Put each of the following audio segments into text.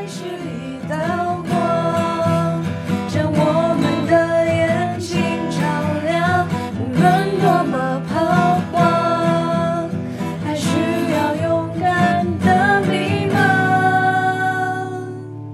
是一道光，将我们的眼睛照亮。无论多么彷徨，还需要勇敢的迷茫。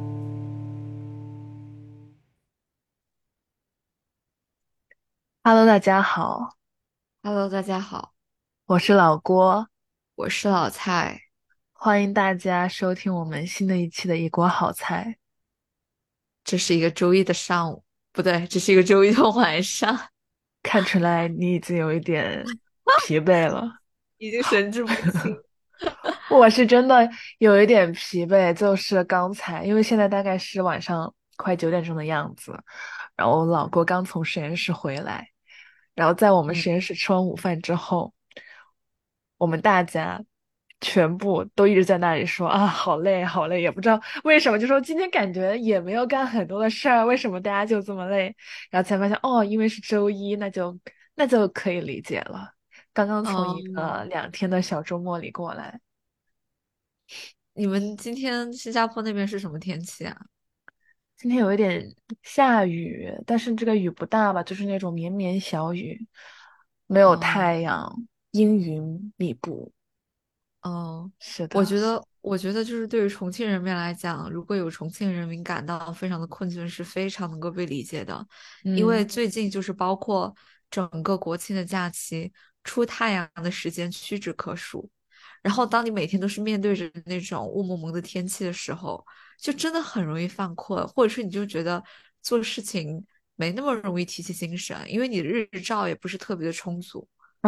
Hello，大家好， Hello，大家好， 我是老郭， 我是老蔡。 欢迎大家收听我们新的一期的一锅好菜。 这是一个周一的上午，不对，这是一个周一的晚上， 看出来你已经有一点疲惫了， 已经神志不清。 我是真的有一点疲惫，就是刚才，因为现在大概是晚上快9点钟的样子，然后老郭刚从实验室回来，然后在我们嗯， 实验室吃完午饭之后，我们大家全部都一直在那里说啊，好累，好累，也不知道为什么，就说今天感觉也没有干很多的事儿，为什么大家就这么累？然后才发现，哦，因为是周一，那就可以理解了。刚刚从一哦， 个2天的小周末里过来。 你们今天新加坡那边是什么天气啊？ 今天有一点下雨，但是这个雨不大吧，就是那种绵绵小雨，没有哦太阳，阴云密布。 哦， 是的， 我觉得就是对于重庆人民来讲，如果有重庆人民感到非常的困倦，是非常能够被理解的。因为嗯最近就是包括整个国庆的假期，出太阳的时间屈指可数。然后当你每天都是面对着那种雾蒙蒙的天气的时候，就真的很容易犯困，或者是你就觉得做事情没那么容易提起精神，因为你的日照也不是特别的充足。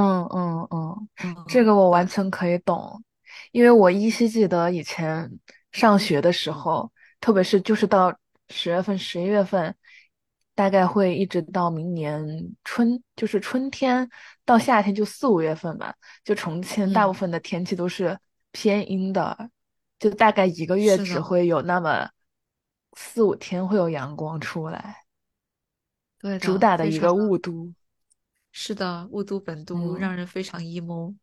这嗯， 个我完对， 全可以懂，因为我依稀记得以前上学的时候，特别是就是到10月份、11月份，大概会一直到明年就是春天到夏天，就4、5月份吧。就重庆大部嗯， 分的天气都是偏阴的，就大概一个月是的。 只会有那么4、5天会有阳光出来，主对的， 打的一个非常的雾都。 是的，雾都本都嗯。 让人非常 emo。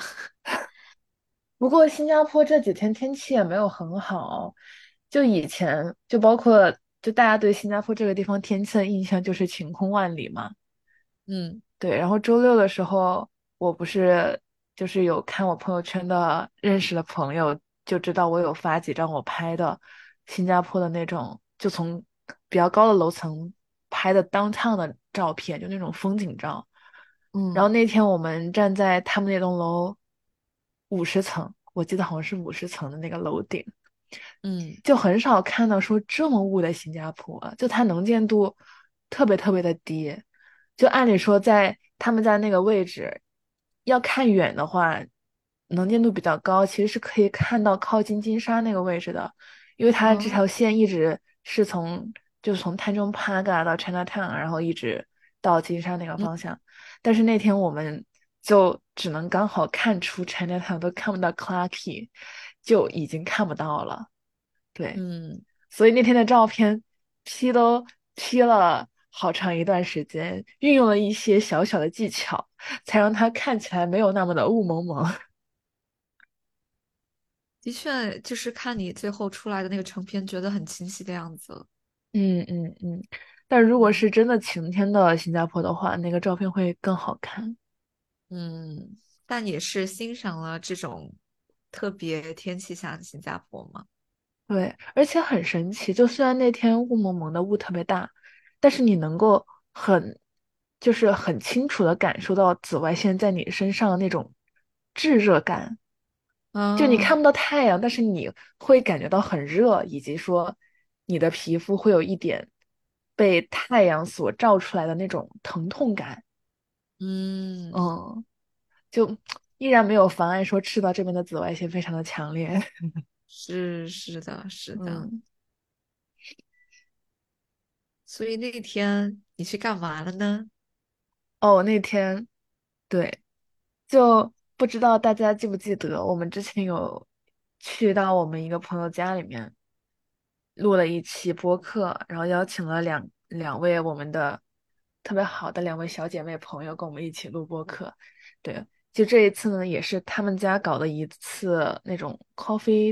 不过新加坡这几天天气也没有很好，就以前就包括就大家对新加坡这个地方天气的印象就是晴空万里嘛。 嗯对，然后周六的时候，我不是就是有看我朋友圈的认识的朋友，就知道我有发几张我拍的新加坡的那种，就从比较高的楼层拍的 downtown 的照片，就那种风景照。然后嗯那天我们站在他们那栋楼50层，我记得好像是50层的那个楼顶， 嗯就很少看到说这么雾的新加坡，就它能见度特别特别的低。就按理说在他们家那个位置，要看远的话，能见度比较高，其实是可以看到靠近金沙那个位置的，因为它这哦条线一直是就是从 Tanjong Pagar 到 Chinatown，然后一直到金沙那个嗯方向。但是那天我们就只能刚好看出 Chinatown，都看不到 Clarke，就已经看不到了。对， 嗯， 所以那天的照片 都 P 了好长一段时间，运用了一些小小的技巧，才让它看起来没有那么的雾蒙蒙。 的确，就是看你最后出来的那个成片，觉得很清晰的样子。 嗯嗯嗯，但如果嗯是真的晴天的新加坡的话，那个照片会更好看。 嗯，但也是欣赏了这种特别天气下的新加坡嘛。 对，而且很神奇，就虽然那天雾蒙蒙的雾特别大，但是你能够就是很清楚的感受到紫外线在你身上的那种炙热感。就你看哦， 不到太阳，但是你会感觉到很热，以及说你的皮肤会有一点被太阳所照出来的那种疼痛感。 嗯， 嗯，就依然没有妨碍说赤道这边的紫外线非常的强烈。 是的，是的。 嗯， 所以那天你去干嘛了呢？ 哦，那天对，就不知道大家记不记得，我们之前有去到我们一个朋友家里面录了一期播客，然后邀请了两位我们的特别好的2位小姐妹朋友跟我们一起录播客。对，就这一次呢，也是他们家搞的一次那种 coffee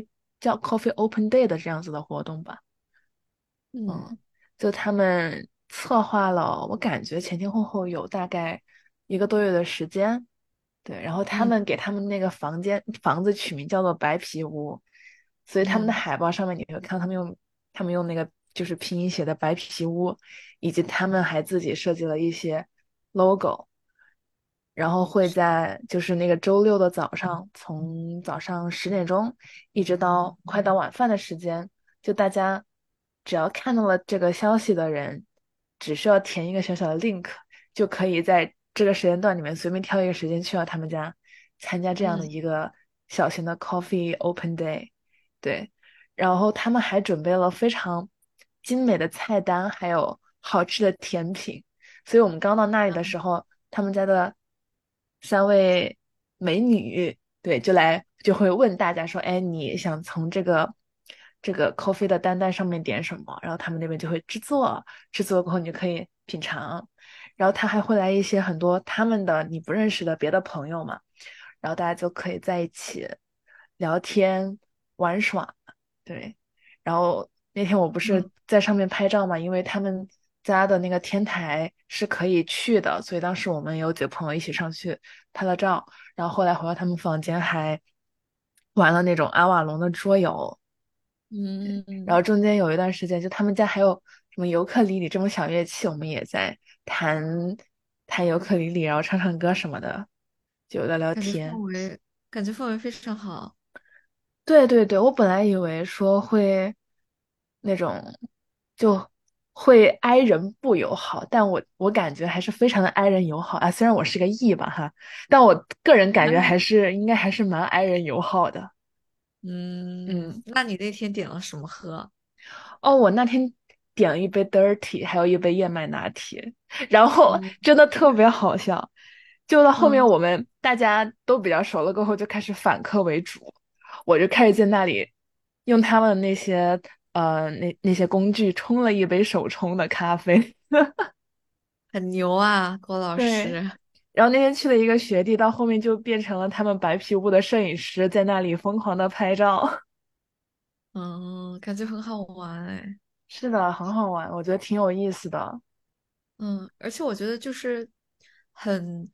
叫 Coffee Open Day 的这样子的活动吧。嗯， 嗯就他们策划了，我感觉前前后后有大概1个多月的时间。对，然后他嗯们给他们那个房子取名叫做白皮屋，所以他们的嗯海报上面你会看到他们用那个就是拼音写的白皮屋，以及他们还自己设计了一些 logo。然后会在就是那个周六的早上，从早上10点钟一直到快到晚饭的时间，就大家只要看到了这个消息的人，只需要填一个小小的 link，就可以在这个时间段里面随便挑一个时间去到他们家参加这样的嗯一个小型的 coffee open day。对，然后他们还准备了非常精美的菜单，还有好吃的甜品。所以我们刚到那里的时候，他们家的3位美女，对，就会问大家说，哎，你想从这个 coffee 的单上面点什么？然后他们那边就会制作，制作过后你就可以品尝。然后他还会来一些很多他们的你不认识的别的朋友嘛，然后大家就可以在一起聊天玩耍。对，然后那天我不是嗯， 在上面拍照嘛，因为他们家的那个天台是可以去的，所以当时我们有几个朋友一起上去拍了照，然后后来回到他们房间还玩了那种阿瓦隆的桌游。然后嗯， 中间有一段时间，就他们家还有什么尤克里里这种小乐器，我们也在弹弹尤克里里，然后唱唱歌什么的，就聊聊感觉氛天。 围感觉氛围非常好。 对对对，我本来以为说会那种就会 i 人不友好，但我感觉还是非常的 i 人友好啊。虽然我是个 E 吧哈，但我个人感觉应该还是蛮 i 人友好的。嗯。 嗯，那你那天点了什么喝？ 哦，我那天点了一杯 dirty，还有一杯燕麦拿铁，然后嗯真的特别好笑。就到后面嗯， 我们大家都比较熟了过后，就开始反客为主，我就开始在那里用他们的那些那些工具冲了一杯手冲的咖啡。 很牛啊，郭老对， 师。 然后那天去了一个学弟，到后面就变成了他们白皮屋的摄影师，在那里疯狂的拍照。 嗯，感觉很好玩哎。 是的，很好玩，我觉得挺有意思的。 嗯，而且我觉得就是很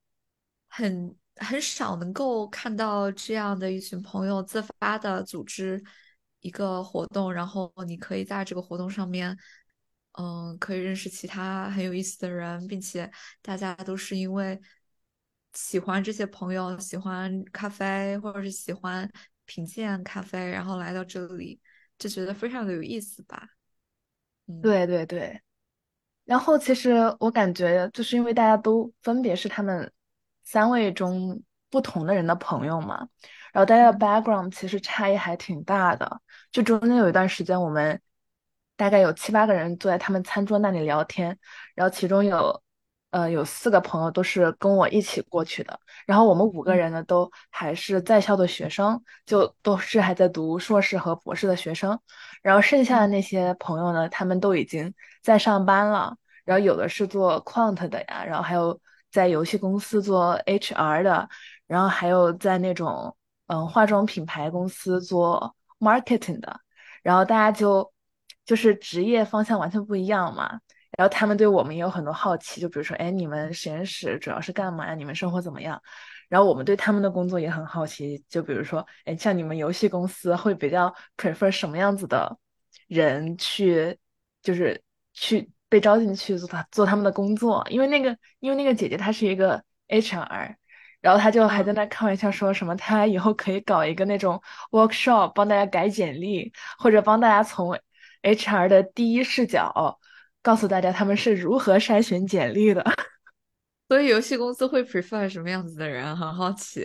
很少能够看到这样的一群朋友自发的组织一个活动，然后你可以在这个活动上面，可以认识其他很有意思的人，并且大家都是因为喜欢这些朋友，喜欢咖啡，或者是喜欢品鉴咖啡，然后来到这里，就觉得非常的有意思吧。嗯对对对。然后其实我感觉，就是因为大家都分别是他们3位中不同的人的朋友嘛，然后大家的嗯 background 其实差异还挺大的。就中间有一段时间，我们大概有7、8个人坐在他们餐桌那里聊天，然后其中有4个朋友都是跟我一起过去的，然后我们五个嗯人呢都还是在校的学生，就都是还在读硕士和博士的学生。然后剩下的嗯那些朋友呢，他们都已经在上班了，然后有的是做 quant 的呀，然后还有在游戏公司做 HR 的，然后还有在那种化妆品牌公司做 marketing 的，然后大家就是职业方向完全不一样嘛。然后他们对我们也有很多好奇，就比如说，哎，你们实验室主要是干嘛呀？你们生活怎么样？然后我们对他们的工作也很好奇，就比如说，哎，像你们游戏公司会比较 prefer 什么样子的人去，就是去被招进去做他们的工作？因为那个姐姐她是一个 HR，然后她就还嗯。 在那开玩笑说什么，她以后可以搞一个那种 workshop，帮大家改简历，或者帮大家从 HR 的第一视角告诉大家他们是如何筛选简历的。 所以游戏公司会 prefer 什么样子的人？很好奇，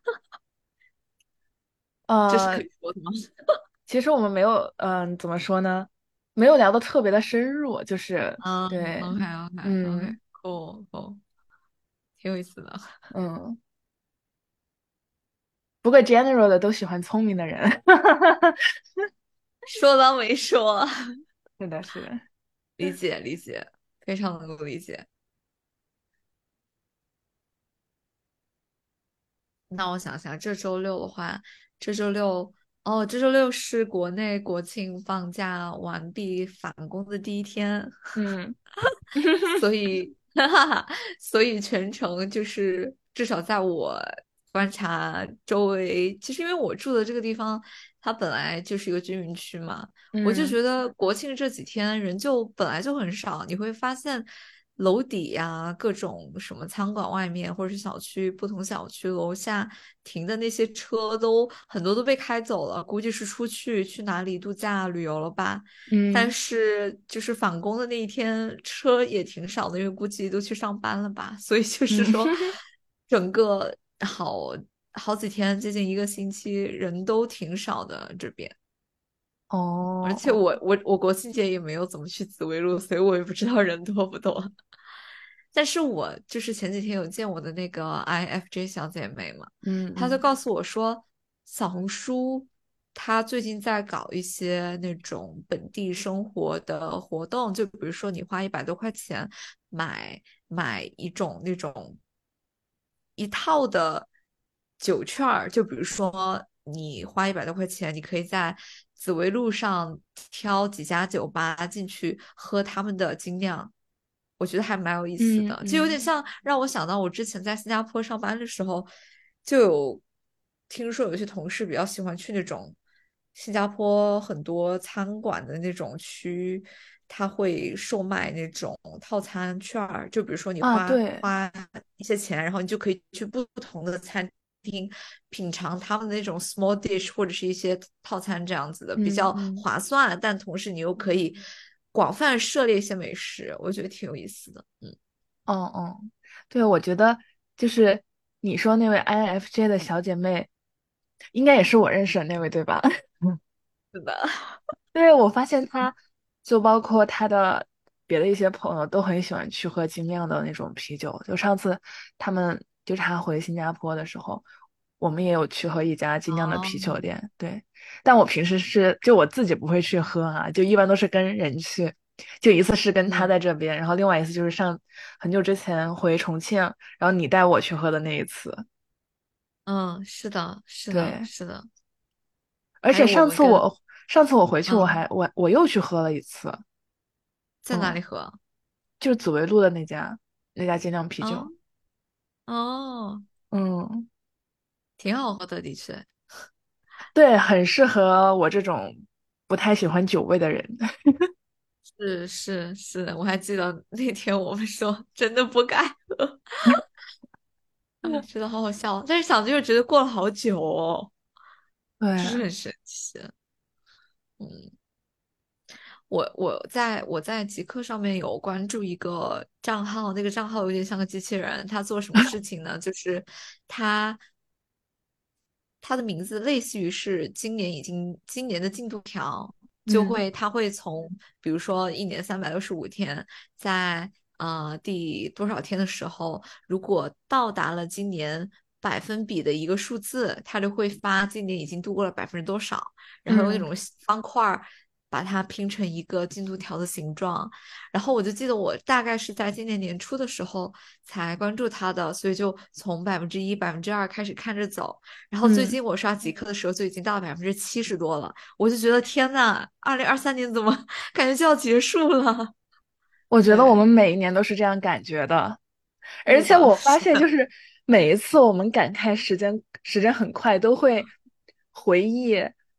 这是可呃， 以说的吗？ 其实我们没有，怎么说呢？没有聊得特别的深入，就是嗯对。 ，OK OK OK， 嗯 cool cool，挺有意思的。 嗯。不过 general 的都喜欢聪明的人。 说当没说， 是的，是的。 理解理解，非常能够理解。那我想想，这周六的话，这周六。 哦，这周六是国内国庆放假完毕返工的第一天， 嗯所以，哈哈，所以全程就是至少在我观察周围，其实因为我住的这个地方，它本来就是一个居民区嘛，我就嗯觉得国庆这几天人就本来就很少，你会发现楼底呀、各种什么餐馆外面或者是小区不同小区楼下停的那些车都很多都被开走了，估计是出去哪里度假旅游了吧。但嗯是就是返工的那一天，车也挺少的，因为估计都去上班了吧。所以就是嗯， 说，整个好几天，接近一个星期，人都挺少的这边。而且哦， 我国庆节也没有怎么去紫薇路，所以我也不知道人多不多。但是我就是前几天有见我的那个 IFJ 小姐妹嘛，她就嗯嗯告诉我说，小红书她最近在搞一些那种本地生活的活动，就比如说你花100多块钱买一种那种一套的酒券儿，就比如说你花100多块钱，你可以在紫薇路上挑几家酒吧进去喝他们的精酿，我觉得还蛮有意思的，就有点嗯嗯像让我想到我之前在新加坡上班的时候，就有听说有些同事比较喜欢去那种新加坡很多餐馆的那种区，他会售卖那种套餐券儿，就比如说你啊， 花对， 花一些钱，然后你就可以去不同的餐厅品尝他们的那种 small dish 或者是一些套餐这样子的，比较嗯嗯。 划算，但同时你又可以广泛涉猎一些美食，我觉得挺有意思的。嗯， 哦哦，对，我觉得就是你说那位 INFJ 的小姐妹，应该也是我认识的那位，对吧？ 是的， 对，我发现她，就包括她的别的一些朋友，都很喜欢去喝精酿的那种啤酒。就上次他们就她回新加坡的时候，我们也有去喝一家精酿的啤酒哦， 店。对，但我平时是就我自己不会去喝啊，就一般都是跟人去。就一次是跟他嗯在这边，然后另外一次就是很久之前回重庆，然后你带我去喝的那一次。 嗯，是的，是的， 对， 是的，还有我而且们跟上次我回去嗯我又去喝了一次， 在哪嗯， 里喝？ 就是紫薇路的那家精酿啤酒， 哦哦， 嗯， 挺好喝的，的确。 对，很适合我这种不太喜欢酒味的人。 是是是，我还记得那天我们说真的不该喝，啊，觉得好好笑。但是想着又觉得过了好久哦，就是对， 很神奇。嗯，我在极客上面有关注一个账号，那个账号有点像个机器人，他做什么事情呢？就是他它的名字类似于是今年的进度条， 嗯它会从比如说一年365天，在第多少天的时候，如果到达了今年百分比的一个数字，它就会发今年已经度过了多少，然后用那嗯， 种方块儿把它拼成一个进度条的形状。然后我就记得我大概是在今年年初的时候才关注它的，所以就从1%、2%开始看着走。然后最嗯， 近我刷极客的时候就已经到了70%多了，我就觉得天呐，2023年怎么感觉就要结束了？ 我觉得我对， 们每一年都是这样感觉的，而是的， 且我发是的， 现就是每一次我们感慨时间很快，都会回忆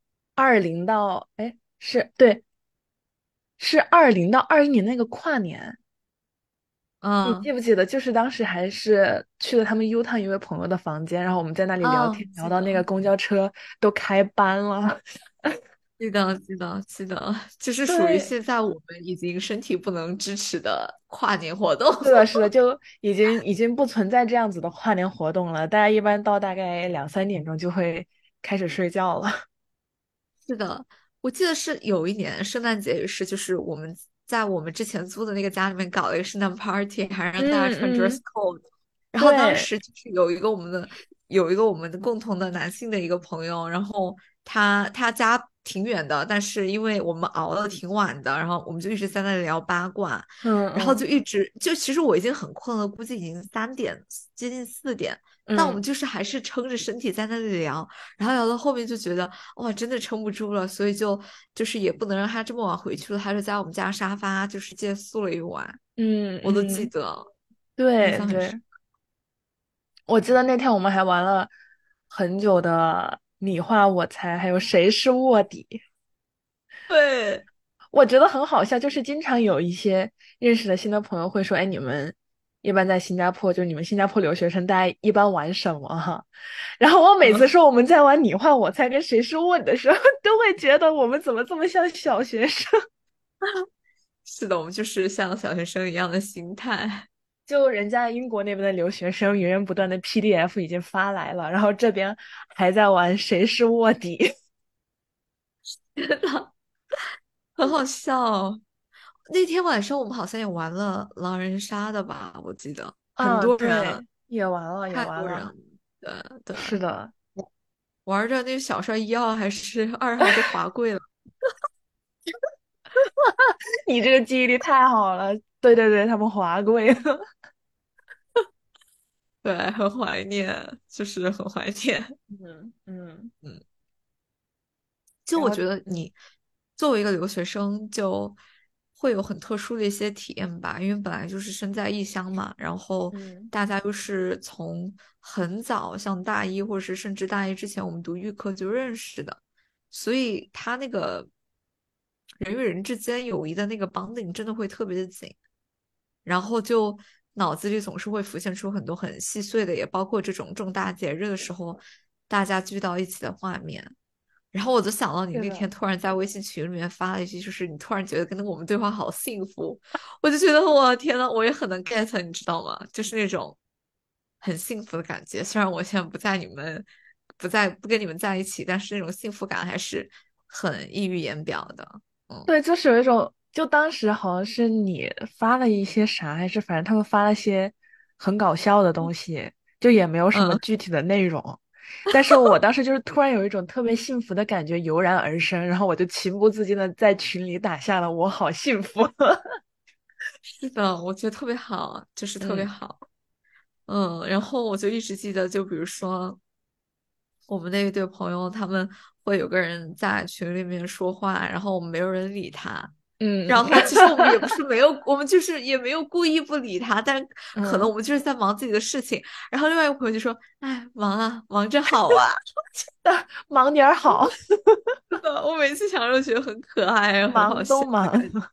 是20到21年那个跨年。你嗯记不记得，就是当时还是去了他们 U 趟一位朋友的房间，然后我们在那里聊天，聊记得， 到那个公交车都开班了。 记得，记得，记得，就是属于对， 现在我们已经身体不能支持的跨年活动。 是的，是的，就已经不存在这样子的跨年活动了。大家一般到大概2、3点钟就会开始睡觉了。 是的，我记得是有一年圣诞节也是，就是我们在我们之前租的那个家里面搞了一个圣诞 party，还让大家穿 dress 嗯嗯， code。然后当对， 时就是有一个我们的共同的男性的一个朋友，然后他家挺远的，但是因为我们熬了挺晚的，然后我们就一直在那里聊八卦，然后就嗯嗯一直就其实我已经很困了，估计已经3点，接近4点，但我们嗯就是还是撑着身体在那里聊，然后聊到后面就觉得哇，真的撑不住了，所以就是也不能让他这么晚回去了，还是在我们家沙发就是借宿了一晚，我都记嗯， 得，印对对。 象很深。 我记得那天我们还玩了很久的你画我猜，还有谁是卧底。 对， 我觉得很好笑，就是经常有一些认识的新的朋友会说：“哎，你们一般在新加坡，就你们新加坡留学生，大家一般玩什么哈？”然后我每次嗯， 说我们在玩你画我猜跟谁是卧底的时候，都会觉得我们怎么这么像小学生。 是的，我们就是像小学生一样的心态。 就人家英国那边的留学生源源不断的 PDF 已经发来了，然后这边还在玩谁是卧底。 很好笑。那天晚上我们好像也玩了狼人杀的吧？我记得很啊， 多人， 对，也完了，也太多人了。 完了。 对对， 是的， 玩着那个小帅1号还是2号都滑跪了。 你这个记忆力太好了。对对对，他们滑跪了。 对，很怀念，就是很怀念。 嗯嗯， 嗯。就我然后觉得你作为一个留学生，就会有很特殊的一些体验吧，因为本来就是身在异乡嘛，然后嗯， 大家又是从很早，像大一或者是甚至大一之前，我们读预科就认识的，所以他那个人与人之间友谊的那个 bonding 真的会特别的紧。然后就脑子里总是会浮现出很多很细碎的，也包括这种重大节日的时候，大家聚到一起的画面。然后我就想到你那天是的， 突然在微信群里面发了一句，就是你突然觉得跟我们对话好幸福，我就觉得我天呐，我也很能 get，你知道吗？就是那种很幸福的感觉。虽然我现在不跟你们在一起，但是那种幸福感还是很溢于言表的。嗯对，就是有一种，就当时好像是你发了一些啥，还是反正他们发了些很搞笑的东西，就也没有什么嗯， 具体的内容。但是我当时就是突然有一种特别幸福的感觉油然而生，然后我就情不自禁的在群里打下了"我好幸福"。 是的，我觉得特别好，就是特别嗯好。然后我就一直记得，就比如说我们那一对朋友，他们会有个人在群里面说话，然后我们没有人理他。 嗯然后其实我们也不是没有，我们就是也没有故意不理他，但可能嗯， 我们就是在忙自己的事情。然后另外一个朋友就说：“哎，忙啊，忙着好啊。” 忙点儿好， 是的，我每次想着都觉得很可爱，很好忙都笑的感忙。 觉。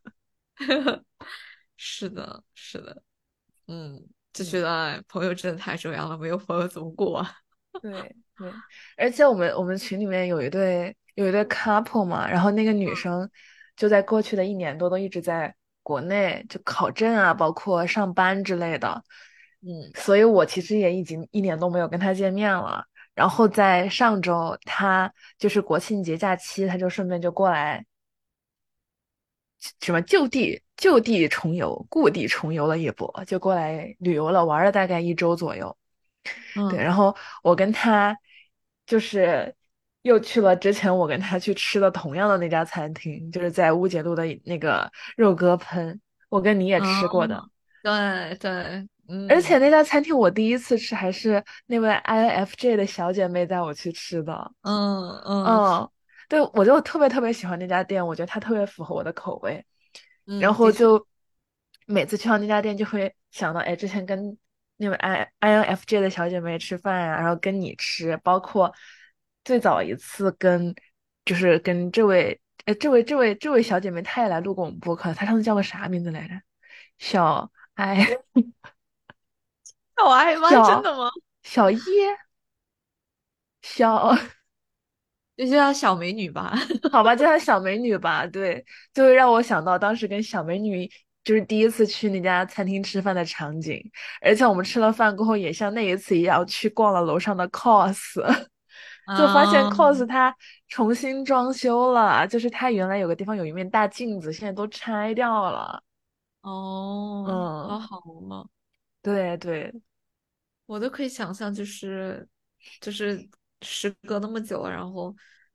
是的，是的，就觉嗯。 得哎，朋友真的太重要了，没有朋友怎么过啊？ 对对，而且我们群里面有一对 couple 嘛，然后那个女生就在过去的1年多都一直在国内就考证啊，包括上班之类的， 嗯所以我其实也已经1年都没有跟她见面了。然后在上周，她就是国庆节假期，她就顺便就过来什么就地重游，故地重游了一波，就过来旅游了，玩了大概1周左右。对， 嗯然后我跟他就是又去了之前我跟他去吃的同样的那家餐厅，就是在乌节路的那个肉鸽喷，我跟你也吃过的。 对对， 而且那家餐厅我第一次吃还是那位 INFJ 的小姐妹带我去吃的。 嗯嗯嗯，对，我就特别特别喜欢那家店，我觉得它特别符合我的口味。然后的确， 就每次去到那家店，就会想到，哎，之前跟那位 INFJ 的小姐妹吃饭呀、然后跟你吃，包括最早一次就是跟这位小姐妹，她也来录过我们播客，她上次叫个啥名字来着？小哎， 那我爱吗？真小的吗？ 小叶，小就叫小美女吧。 好吧，叫她小美女吧。对，就会让我想到当时跟小美女就是第一次去那家餐厅吃饭的场景，而且我们吃了饭过后，也像那一次一样去逛了楼上的 COS，就发现啊， COS 它重新装修了，就是它原来有个地方有一面大镜子，现在都拆掉了。 哦，好嗯， 好嘛， 对对， 我都可以想象，就是时隔那么久了，然后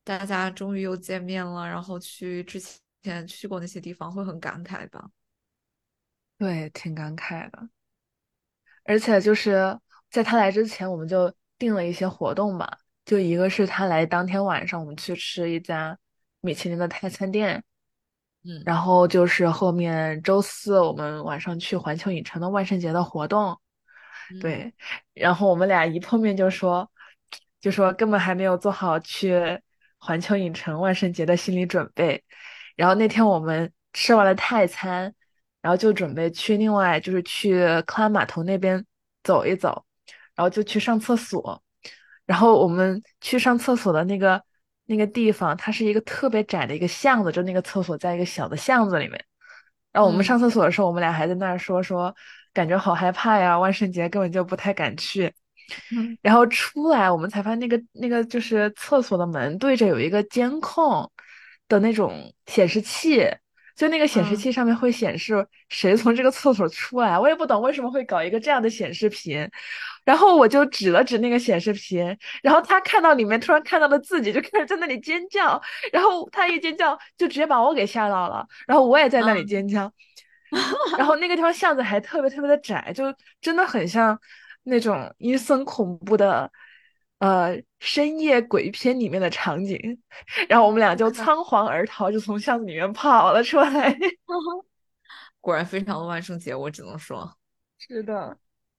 大家终于又见面了，然后去之前去过那些地方，会很感慨吧？ 对，挺感慨的。而且就是在他来之前，我们就定了一些活动嘛，就一个是他来当天晚上，我们去吃一家米其林的泰餐店， 嗯然后就是后面周四我们晚上去环球影城的万圣节的活动， 嗯对，然后我们俩一碰面就说根本还没有做好去环球影城万圣节的心理准备，然后那天我们吃完了泰餐，然后就准备去另外就是去克拉码头那边走一走，然后就去上厕所，然后我们去上厕所的那个地方，它是一个特别窄的一个巷子，就那个厕所在一个小的巷子里面。然后我们上嗯厕所的时候，我们俩还在那儿说，感觉好害怕呀，万圣节根本就不太敢去。 嗯然后出来，我们才发现那个就是厕所的门对着有一个监控的那种显示器，就那个显示嗯， 器上面会显示谁从这个厕所出来，我也不懂为什么会搞一个这样的显示屏。然后我就指了指那个显示屏，然后他看到里面突然看到了自己，就开始在那里尖叫，然后他一尖叫就直接把我给吓到了，然后我也在那里嗯， 尖叫，然后那个地方巷子还特别特别的窄，就真的很像那种阴森恐怖的深夜鬼片里面的场景，然后我们俩就对的， 仓皇而逃，就从巷子里面跑了出来。 果然非常的万圣节，我只能说。 是的，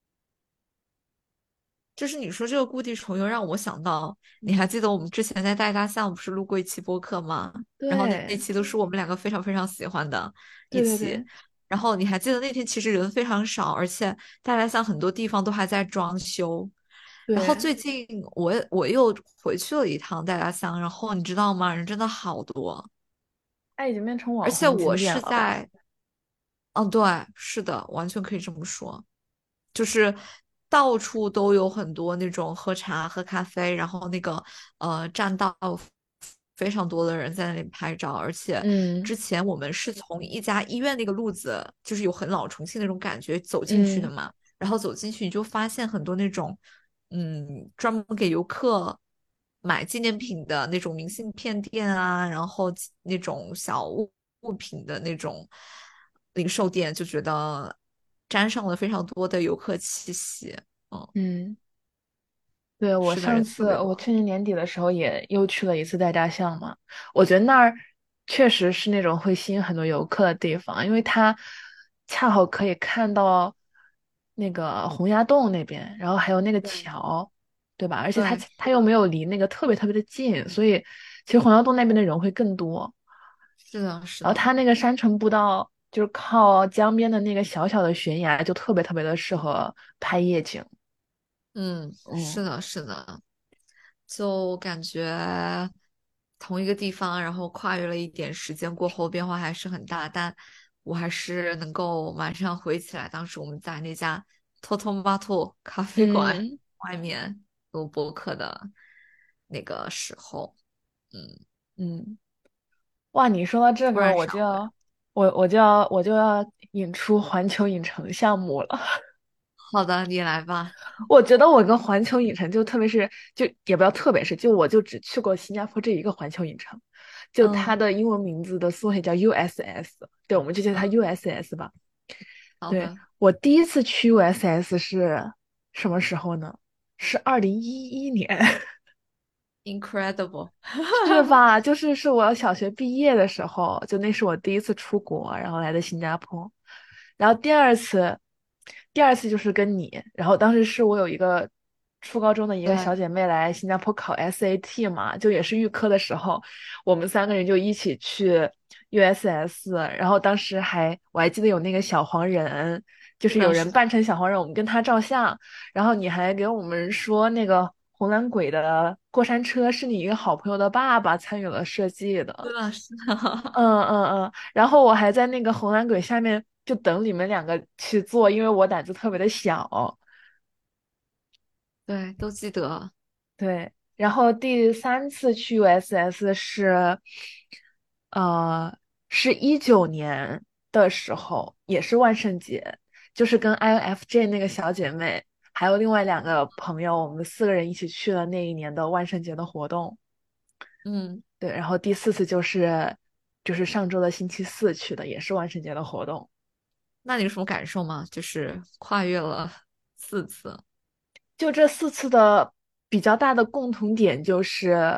就是你说这个故地重游，让我想到，你还记得我们之前在大大象不是录过一期播客吗？然后那对期都是我们两个非常非常喜欢的一期。 对对对然后你还记得那天其实人非常少，而且大大象很多地方都还在装修。然后对， 最近我又回去了一趟大大象，然后你知道吗？人真的好多， 它已经变成而网红景且我点了吧？ 是在，嗯，对，是的，完全可以这么说。就是到处都有很多那种喝茶、喝咖啡，然后那个栈道非常多的人在那里拍照，而且嗯之前我们是从一家医院那个路子，就是有很老重庆那种感觉走进去的嗯嘛，然后走进去你就发现很多那种专门给游客买纪念品的那种明信片店啊，然后那种小物品的那种零售店，就觉得沾上了非常多的游客气息。嗯， 嗯。对，我是的，人特上次别多。 我去年年底的时候也又去了一次代大象嘛，我觉得那儿确实是那种会吸引很多游客的地方，因为它恰好可以看到那个洪崖洞那边，然后还有那个对桥，对吧？而且它对，是的， 它又没有离那个特别特别的近，所以其实洪崖洞那边的人会更多。 是的，是的。 然后它那个山城步道就是靠江边的那个小小的悬崖，就特别特别的适合拍夜景。 嗯，是嗯的，是的，就感觉同一个地方，然后跨越了一点时间过后，变化还是很大。但我还是能够马上回起来，当时我们在那家 Totomato 咖啡馆嗯外面录播客的那个时候，嗯， 嗯。哇，你说到这突个， 然闪回。 我就要引出环球影城项目了。 好的，你来吧。 我觉得我跟环球影城就特别是就也不要特别是，就我就只去过新加坡这一个环球影城，就它嗯的英文名字的缩写叫 USS，对，我们就叫它嗯， USS 吧。对， 好的我第一次去 USS 是什么时候呢？是2011年。 ，incredible。 是吧？是我小学毕业的时候，就那是我第一次出国，然后来的新加坡。然后第二次就是跟你，然后当时是我有一个初高中的一个小对， 姐妹来新加坡考 SAT 嘛，就也是预科的时候，我们三个人就一起去 USS，然后当时我还记得有那个小黄人，就是有是的，是的， 人扮成小黄人，我们跟他照相。然后你还给我们说那个红蓝鬼的过山车是你一个好朋友的爸爸参与了设计的， 是的，是的。 然后我还在那个红蓝鬼下面就等你们两个去做，因为我胆子特别的小， 对，都记得。 对。然后第三次去 USS 是19年的时候，也是万圣节，就是跟 INFJ 那个小姐妹，还有另外两个朋友，我们4个人一起去了那一年的万圣节的活动。 嗯， 对，然后第4次就是上周的星期四去的，也是万圣节的活动。 那你有什么感受吗？就是跨越了4次。 就这4次的比较大的共同点就是，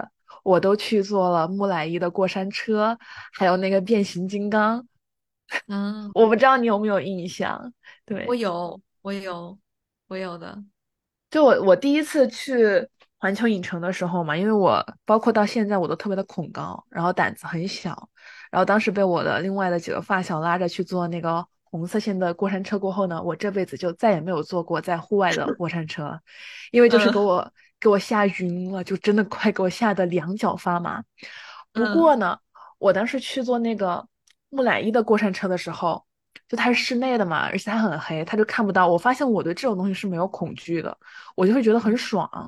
我都去坐了木乃伊的过山车，还有那个变形金刚。 嗯， 我不知道你有没有印象？对。 我有，我有，我有的。 就我第一次去环球影城的时候嘛，因为我包括到现在我都特别的恐高，然后胆子很小，然后当时被我的另外的几个发小拉着去坐那个红色线的过山车过后呢，我这辈子就再也没有坐过在户外的过山车了，因为就是嗯给我吓晕了，就真的快给我吓得两脚发麻。不过嗯呢，我当时去坐那个木乃伊的过山车的时候，就它是室内的嘛，而且它很黑，它就看不到。我发现我对这种东西是没有恐惧的。我就会觉得很嗯， 爽。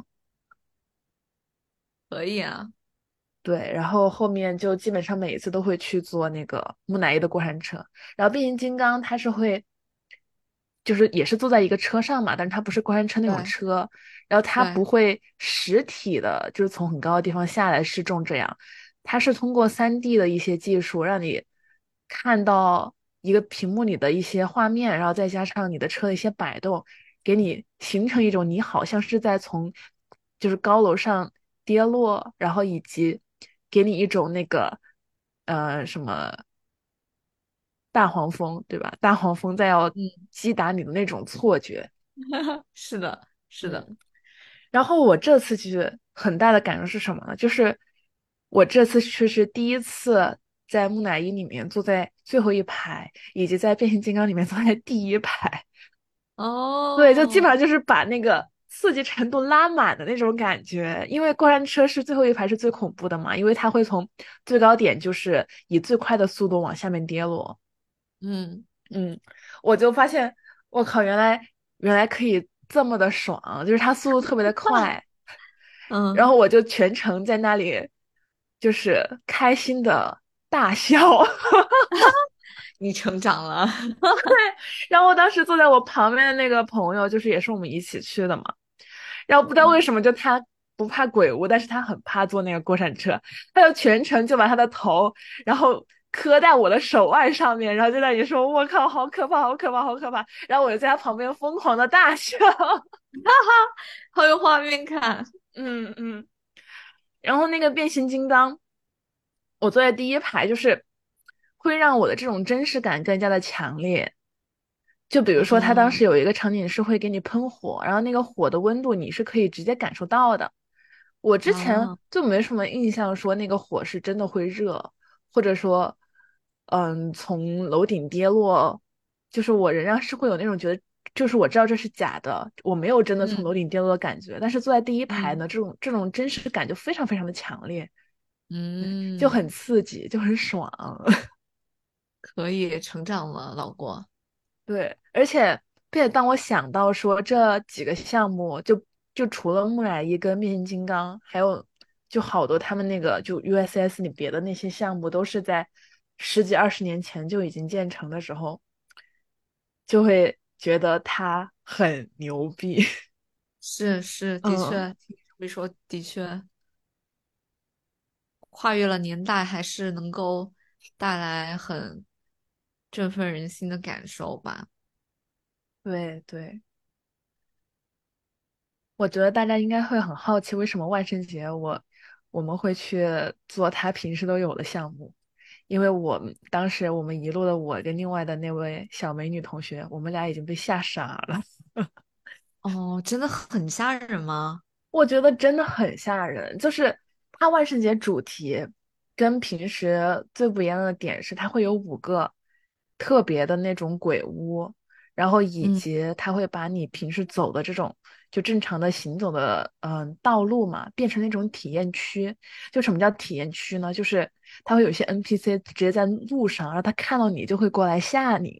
可以啊。 对，然后后面就基本上每一次都会去坐那个木乃伊的过山车，然后变形金刚它是会，就是也是坐在一个车上嘛，但是它不是过山车那种对车，然后它对， 不会实体的，就是从很高的地方下来失重这样，它是通过3D 的一些技术让你看到一个屏幕里的一些画面，然后再加上你的车的一些摆动，给你形成一种你好像是在从就是高楼上跌落，然后以及给你一种那个什么大黄蜂，对吧？大黄蜂在要嗯， 击打你的那种错觉。 是的，是的。 嗯，然后我这次其实很大的感受是什么呢？就是我这次去是第一次在木乃伊里面坐在最后一排，以及在变形金刚里面坐在第一排。对，就基本哦， 上就是把那个刺激程度拉满的那种感觉。因为过山车是最后一排是最恐怖的嘛，因为它会从最高点就是以最快的速度往下面跌落。 嗯， 嗯，我就发现，我靠，原来可以这么的爽，就是它速度特别的快，然嗯， 后我就全程在那里就是开心的大笑。 你成长了。 然后我当时坐在我旁边的那个朋友，就是也是我们一起去的嘛。然后不知道为嗯， 什么，就他不怕鬼屋，但是他很怕坐那个过山车，他就全程就把他的头，然后磕在我的手腕上面，然后就在那里说："我靠，好可怕，好可怕，好可怕！"然后我就在他旁边疯狂的大笑。 好有画面感。 嗯嗯。然后那个变形金刚，我坐在第一排，就是会让我的这种真实感更加的强烈。就比如说，他当嗯时有一个场景是会给你喷火，然后那个火的温度你是可以直接感受到的。我之前啊， 就没什么印象说那个火是真的会热，或者说，从楼顶跌落，就是我仍然是会有那种觉得，就是我知道这是假的，我没有真的从楼嗯顶跌落的感觉，但是坐在第一排嗯呢，这种真实感就非常非常的强烈，就嗯， 很刺激，就很爽。 可以成长了，老郭。 对，并且当我想到说这几个项目就除了木乃伊跟变形金刚，还有就好多他们那个就 USS 里别的那些项目都是在十几20年前就已经建成的时候，就会觉得它很牛逼。 是是，的嗯， 确，听你这么一说，的确跨越了年代，还是能够带来很振奋人心的感受吧。 对对。我觉得大家应该会很好奇，为什么万圣节我们会去做他平时都有的项目？因为当时我们一路的我跟另外的那位小美女同学，我们俩已经被吓傻了。 哦，真的很吓人吗？ 我觉得真的很吓人，就是它万圣节主题跟平时最不一样的点是，它会有5个特别的那种鬼屋，然后以嗯及它会把你平时走的这种就正常的行走的道路嘛，变成那种体验区。就什么叫体验区呢？就是它会有一些 NPC 直接在路上，然后他看到你就会过来吓你。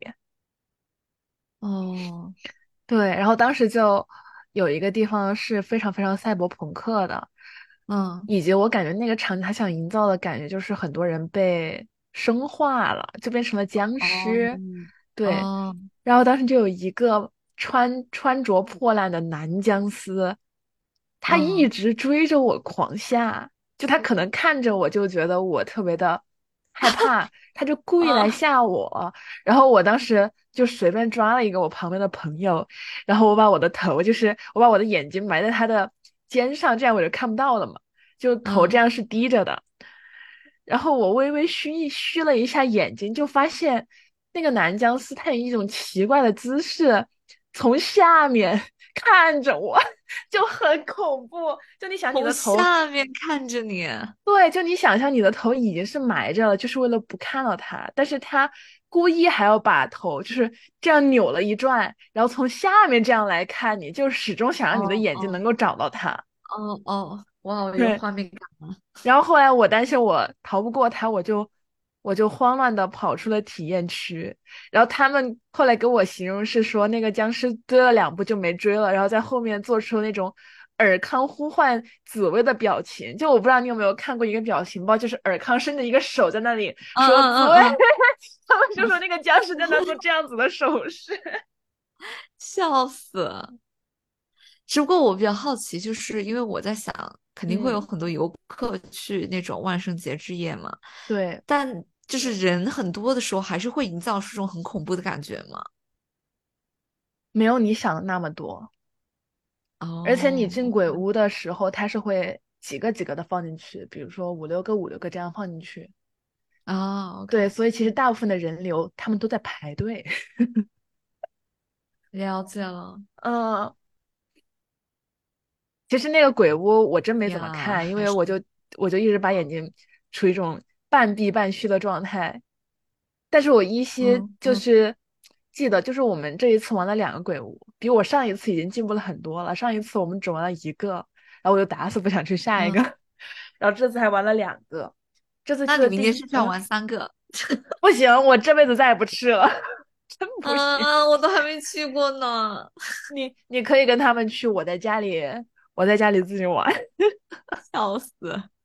哦， 对，然后当时就有一个地方是非常非常赛博朋克的， 嗯， 以及我感觉那个场景他想营造的感觉就是很多人被生化了，就变成了僵哦， 尸。对， 哦， 然后当时就有一个穿着破烂的男僵尸，他一嗯， 直追着我狂吓。 就他可能看着我就觉得我特别的害怕，他就故意来啊， 吓我。然后我当时就随便抓了一个我旁边的朋友，然后我把我的头，就是我把我的眼睛埋在他的肩上，这样我就看不到了嘛，就头这嗯， 样是低着的。然后我微微虚了一下眼睛，就发现那个男僵尸他以一种奇怪的姿势从下面看着我，就很恐怖。就你想你从的头， 下面看着你， 对，就你想象你的头已经是埋着了，就是为了不看到他，但是他故意还要把头就是这样扭了一转，然后从下面这样来看你，就始终想让你的眼睛哦哦能够找到他。 哦哦，哇，我有对， 画面感了。 然后后来我担心我逃不过他，我就慌乱的跑出了体验区。然后他们后来给我形容是说，那个僵尸追了2步就没追了，然后在后面做出那种尔康呼唤紫薇的表情。就我不知道你有没有看过一个表情包，就是尔康伸着一个手在那里嗯说紫薇， 嗯嗯他们就嗯， 说那个僵尸在那做这样子的手势。 笑死了。只不过我比较好奇，就是因为我在想，肯定会有嗯， 很多游客去那种万圣节之夜嘛， 对， 但就是人很多的时候，还是会营造出这种很恐怖的感觉嘛。 没有你想的那么多。而且你进哦鬼屋的时候，它是会几个几个的放进去，比如说5、6个这样放进去。 啊对， ，OK， 所以其实大部分的人流他们都在排队。 了解了嗯，其实那个鬼屋我真没怎么呀， 看，因还是为我就一直把眼睛处于一种半闭半虚的状态。但是我依稀嗯嗯就是记得，就是我们这一次玩了2个鬼屋，比我上一次已经进步了很多了。上一次我们只玩了一个，然后我就打死不想去下一个， 嗯， 然后这次还玩了2个。这次去的那你明天是不是要玩3个？ 不行，我这辈子再也不去了，真不行。 嗯，我都还没去过呢， 你可以跟他们去，我在家里自己玩。 笑死。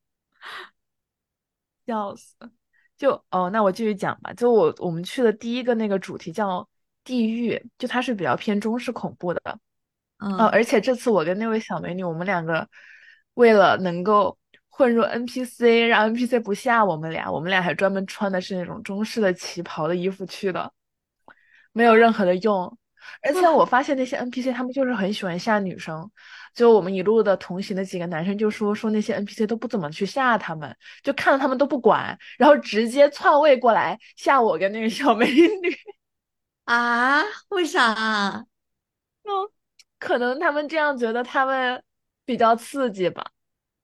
笑死。那我继续讲吧。就我们去的第一个那个主题叫地狱，就它是比较偏中式恐怖的。而嗯且这次我跟那位小美女，我们2个为了能够混入 NPC，让 NPC 不吓我们俩还专门穿的是那种中式的旗袍的衣服去的。没有任何的用。而且我发现那些 NPC 他们就是很喜欢吓女生，就我们一路的同行的几个男生就说那些 NPC 都不怎么去吓他们，就看到他们都不管，然后直接篡位过来吓我跟那个小美女。 啊，为啥啊？ 嗯，可能他们这样觉得他们比较刺激吧。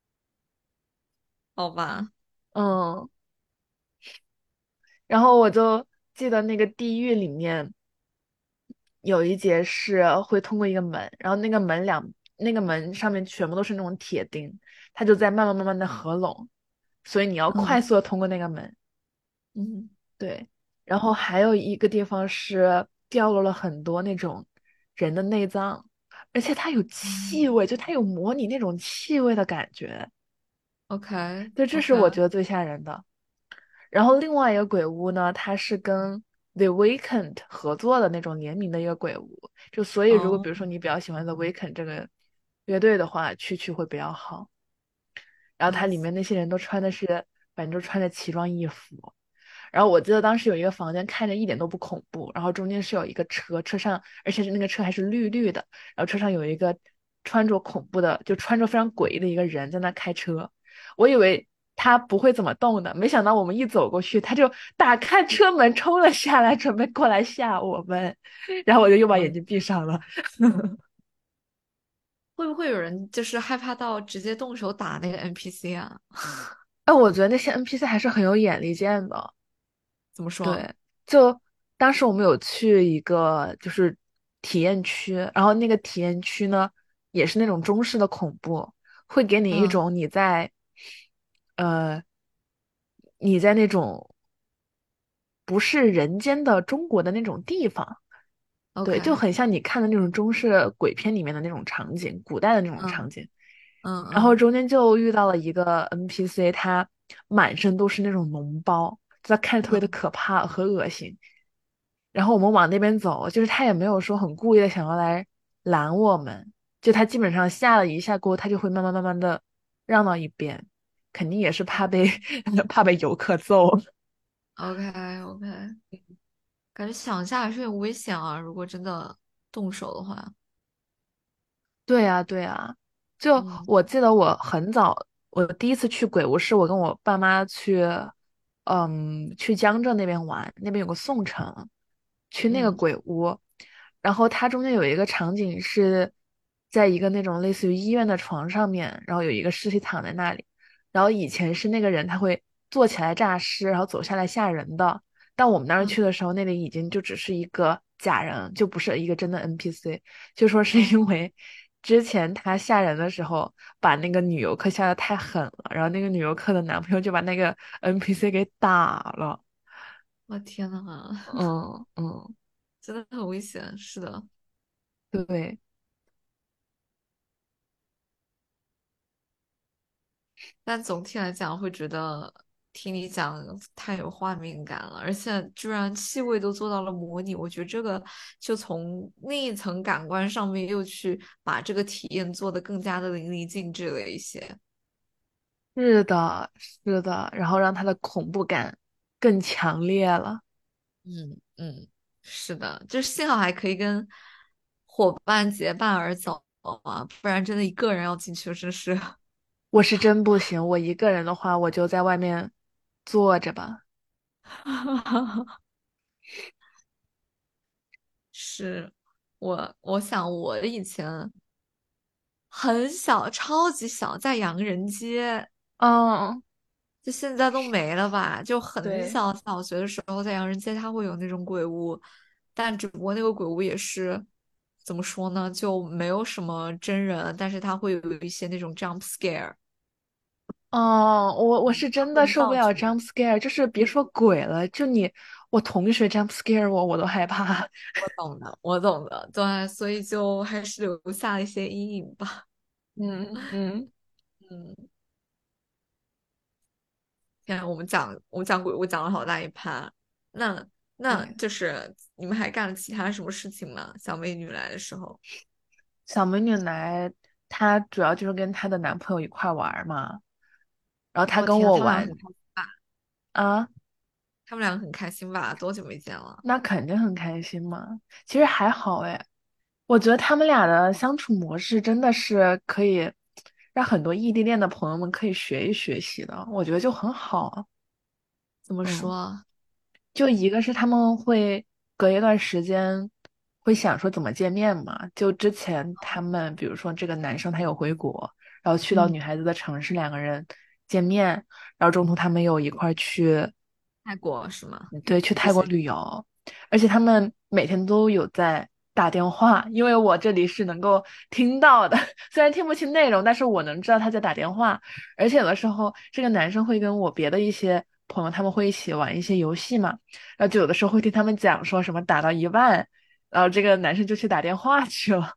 好吧， 嗯，然后我就记得那个地狱里面。有一节是会通过一个门，然后那个门上面全部都是那种铁钉，它就在慢慢的合拢，所以你要嗯快速的通过那个门。 嗯对，然后还有一个地方是掉落了很多那种人的内脏，而且它有气嗯味，就它有模拟那种气味的感觉。 ，OK 对，这是 OK， 我觉得最吓人的。然后另外一个鬼屋呢，它是跟 The Weeknd 合作的那种联名的一个鬼屋，就所以如果哦， 比如说你比较喜欢 The Weeknd 这个乐队的话，去会比较好。然后它笑死， 里面那些人都穿的是，反正都穿着奇装异服。然后我记得当时有一个房间看着一点都不恐怖，然后中间是有一个车，车上而且是那个车还是绿绿的，然后车上有一个穿着恐怖的，就穿着非常诡异的一个人在那开车。我以为他不会怎么动的，没想到我们一走过去，他就打开车门冲了下来，准备过来吓我们，然后我就又把眼睛闭上了。 会不会有人就是害怕到直接动手打那个 NPC 啊？ 哎，我觉得那些 NPC 还是很有眼力见的。 怎么说？ 对，就当时我们有去一个就是体验区，然后那个体验区呢也是那种中式的恐怖，会给你一嗯种呃你在那种不是人间的中国的那种地方。对，就 ，OK， 很像你看的那种中式鬼片里面的那种场景，古代的那种嗯场景。然后嗯嗯中间就遇到了一个 NPC，他满身都是那种脓包，就他看着特别的嗯可怕和恶心。然后我们往那边走，就是他也没有说很故意的想要来拦我们，就他基本上吓了一下过后，他就会慢慢的让到一边， 肯定也是怕被怕被游客揍。 OK OK，感觉想一下还是有点危险啊，如果真的动手的话。 对呀，对呀，就嗯我记得我很早，我第一次去鬼屋是我跟我爸妈去，去江浙那边玩，那边有个宋城，去那个嗯鬼屋，然后它中间有一个场景是在一个那种类似于医院的床上面，然后有一个尸体躺在那里，然后以前是那个人他会坐起来诈尸，然后走下来吓人的，但我们那儿嗯去的时候，那里已经就只是一个假人，就不是一个真的 NPC。就说是因哦， 为之前他吓人的时候把那个女游客吓得太狠了，然后那个女游客的男朋友就把那个 NPC 给打了。 我天呐， 嗯嗯， 真的很危险。是的， 对， 但总体来讲，会觉得听你讲太有画面感了，而且居然气味都做到了模拟，我觉得这个就从另一层感官上面又去把这个体验做得更加的淋漓尽致了一些。 是的，是的，然后让他的恐怖感更强烈了。 嗯嗯，是的，就是幸好还可以跟伙伴结伴而走啊，不然真的一个人要进去真是。 我是真不行，我一个人的话，我就在外面坐着吧。 是我想我以前很小，超级小，在洋人街， 嗯， 就现在都没了吧？就很对。 小，小学的时候在洋人街，它会有那种鬼屋，但只不过那个鬼屋也是怎么说呢，就没有什么真人，但是它会有一些那种 jump scare， 哦，我是真的会用受不了道具。 jump scare，就是别说鬼了，就我同学 jump scare 我都害怕。 我懂的，我懂的，对，所以就还是留下了一些阴影吧。 嗯嗯， 嗯。天啊，我们讲鬼屋讲了好大一趴，那那对， 就是你们还干了其他什么事情吗？小美女来的时候， 小美女来，她主要就是跟她的男朋友一块玩儿嘛，然后她跟我天啊， 我玩他们两个很开心吧？ 啊， 他们两个很开心吧？多久没见了？ 那肯定很开心嘛。其实还好诶，我觉得他们俩的相处模式真的是可以让很多异地恋的朋友们可以学一学习的，我觉得就很好。 怎么嗯。 说？ 就一个是他们会隔一段时间会想说怎么见面嘛，就之前他们比如说这个男生他有回国，然后去到嗯， 女孩子的城市，两个人见面，然后中途他们有一块儿去， 泰国是吗？ 对，去泰国之前旅游，而且他们每天都有在打电话，因为我这里是能够听到的，虽然听不清内容，但是我能知道他在打电话，而且有的时候这个男生会跟我别的一些朋友，他们会一起玩一些游戏嘛，然后就有的时候会听他们讲说什么打到一半，然后这个男生就去打电话去了，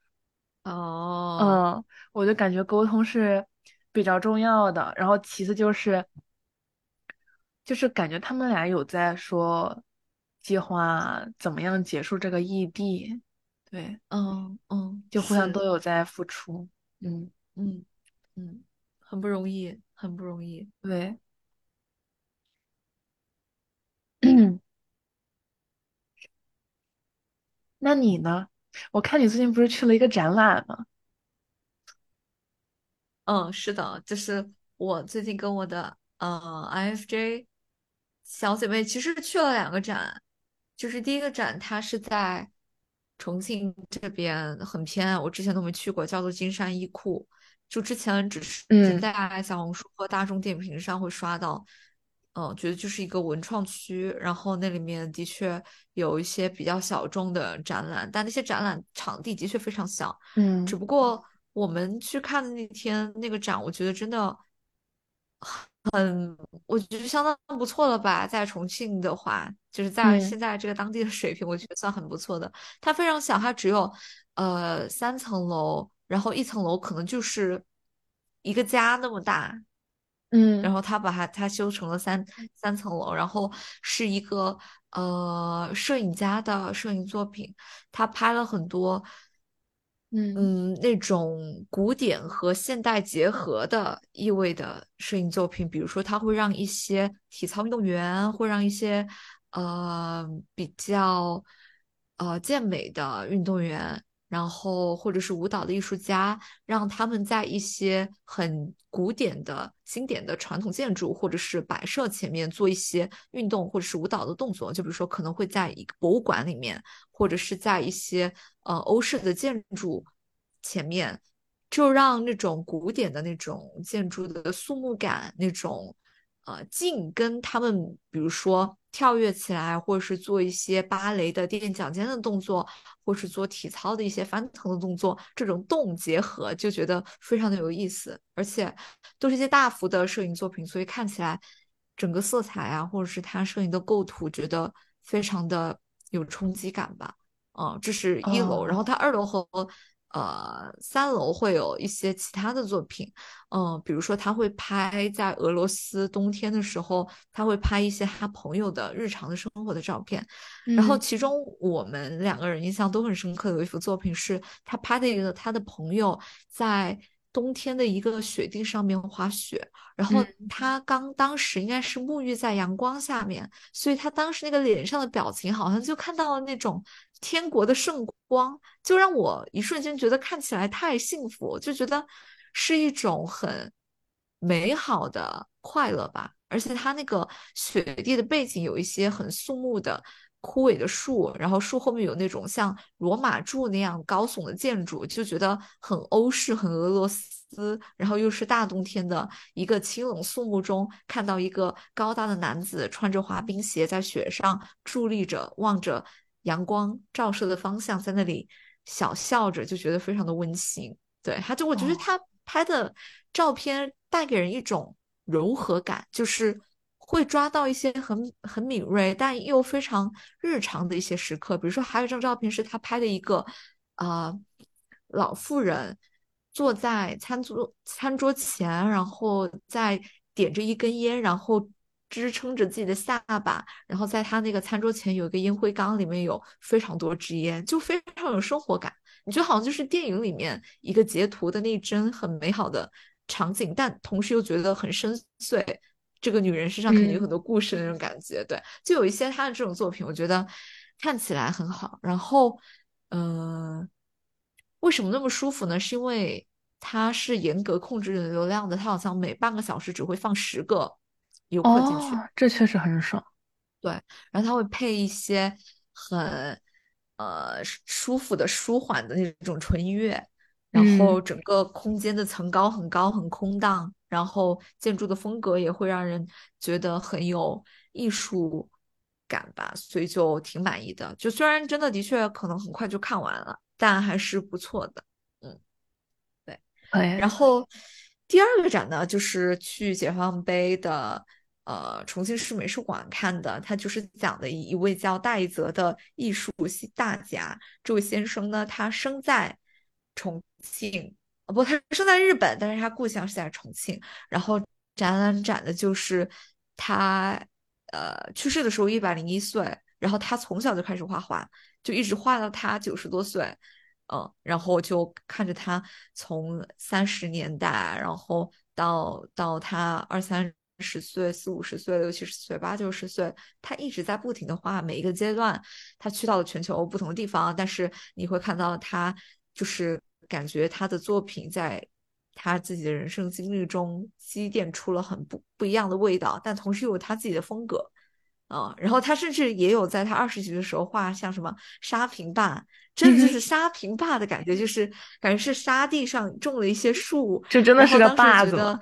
哦， 嗯，我就感觉沟通是比较重要的，然后其次就是感觉他们俩有在说计划怎么样结束这个异地，对， 嗯嗯， 就互相是， 都有在付出，嗯， 嗯嗯，很不容易，很不容易。 对。那你呢？我看你最近不是去了一个展览吗？ 嗯，是的，就是我最近跟我的IFJ 小姐妹其实去了2个展，就是第一个展它是在重庆这边很偏，我之前都没去过，叫做金山一库，就之前只是嗯在小红书和大众点评上会刷到，觉得就是一个文创区，然后那里面的确有一些比较小众的展览，但那些展览场地的确非常小。只嗯不过我们去看的那天那个展，我觉得真的我觉得相当不错了吧。在重庆的话，就是在嗯现在这个当地的水平，我觉得算很不错的。它非常小，它只有3层楼，然后1层楼可能就是一个家那么大。然嗯后他修成了三层楼，然后是一个摄影家的摄影作品，他拍了很多。 嗯。 那种古典和现代结合的意味的摄影作品，比如说，它会让一些体操运动员，会让一些呃比较健美的运动员，然后或者是舞蹈的艺术家，让他们在一些很古典的、经典的传统建筑或者是摆设前面做一些运动或者是舞蹈的动作，就比如说可能会在一个博物馆里面。或者是在一些欧式的建筑前面，就让那种古典的那种建筑的肃穆感，那种静跟他们，比如说跳跃起来，或者是做一些芭蕾的垫脚尖的动作，或是做体操的一些翻腾的动作，这种动结合就觉得非常的有意思，而且都是一些大幅的摄影作品，所以看起来整个色彩啊，或者是它摄影的构图，觉得非常的有冲击感吧。这是一楼，然后哦。 它二楼和三楼会有一些其他的作品，比如说他会拍在俄罗斯冬天的时候，他会拍一些他朋友的日常的生活的照片，然后嗯其中我们两个人印象都很深刻的有一幅作品是他拍的一个他的朋友在冬天的一个雪地上面滑雪，然后嗯他当时应该是沐浴在阳光下面，所以他当时那个脸上的表情好像就看到了那种天国的圣光，就让我一瞬间觉得看起来太幸福，就觉得是一种很美好的快乐吧。而且它那个雪地的背景有一些很肃穆的枯萎的树，然后树后面有那种像罗马柱那样高耸的建筑，就觉得很欧式、很俄罗斯。然后又是大冬天的一个清冷肃穆中，看到一个高大的男子穿着滑冰鞋在雪上伫立着，望着阳光照射的方向，在那里小笑着，就觉得非常的温馨。对，我觉得哦他拍的照片带给人一种柔和感，就是会抓到一些很敏锐，但又非常日常的一些时刻。比如说，还有一张照片是他拍的一个呃老妇人坐在餐桌前，然后在点着一根烟，然后支撑着自己的下巴，然后在他那个餐桌前有一个烟灰缸，里面有非常多支烟，就非常有生活感。你觉得好像就是电影里面一个截图的那一帧很美好的场景，但同时又觉得很深邃。这个女人身上肯定有嗯。 很多故事的那种感觉，对，就有一些她的这种作品，我觉得看起来很好。然后，嗯、为什么那么舒服呢？是因为它是严格控制流量的，它好像每半个小时只会放10个游客进去。 哦，这确实很爽。 对，然后它会配一些很舒服的、舒缓的那种纯音乐，然后嗯。 整个空间的层高很高、很空荡，然后建筑的风格也会让人觉得很有艺术感吧，所以就挺满意的。就虽然真的的确可能很快就看完了，但还是不错的。嗯。对。 哎。 然后第二个展呢，就是去解放碑的重庆市美术馆看的，他就是讲的一位叫戴泽的艺术系大家。这位先生呢，他生在重庆，不，他生在日本，但是他故乡是在重庆。然后展览展的就是他去世的时候101岁，然后他从小就开始画画，就一直画到他90多岁。然后就看着他从30年代，然后到他20、30岁、40、50岁、60、70岁、80、90岁，他一直在不停的画，每一个阶段他去到了全球不同的地方，但是你会看到他就是感觉他的作品在他自己的人生经历中积淀出了很不一样的味道，但同时又有他自己的风格。然后他甚至也有在他20几岁的时候画像什么沙坪坝，真的就是沙坪坝的感觉，就是感觉是沙地上种了一些树， 这真的是个然后当时就坝子吗？ 觉得，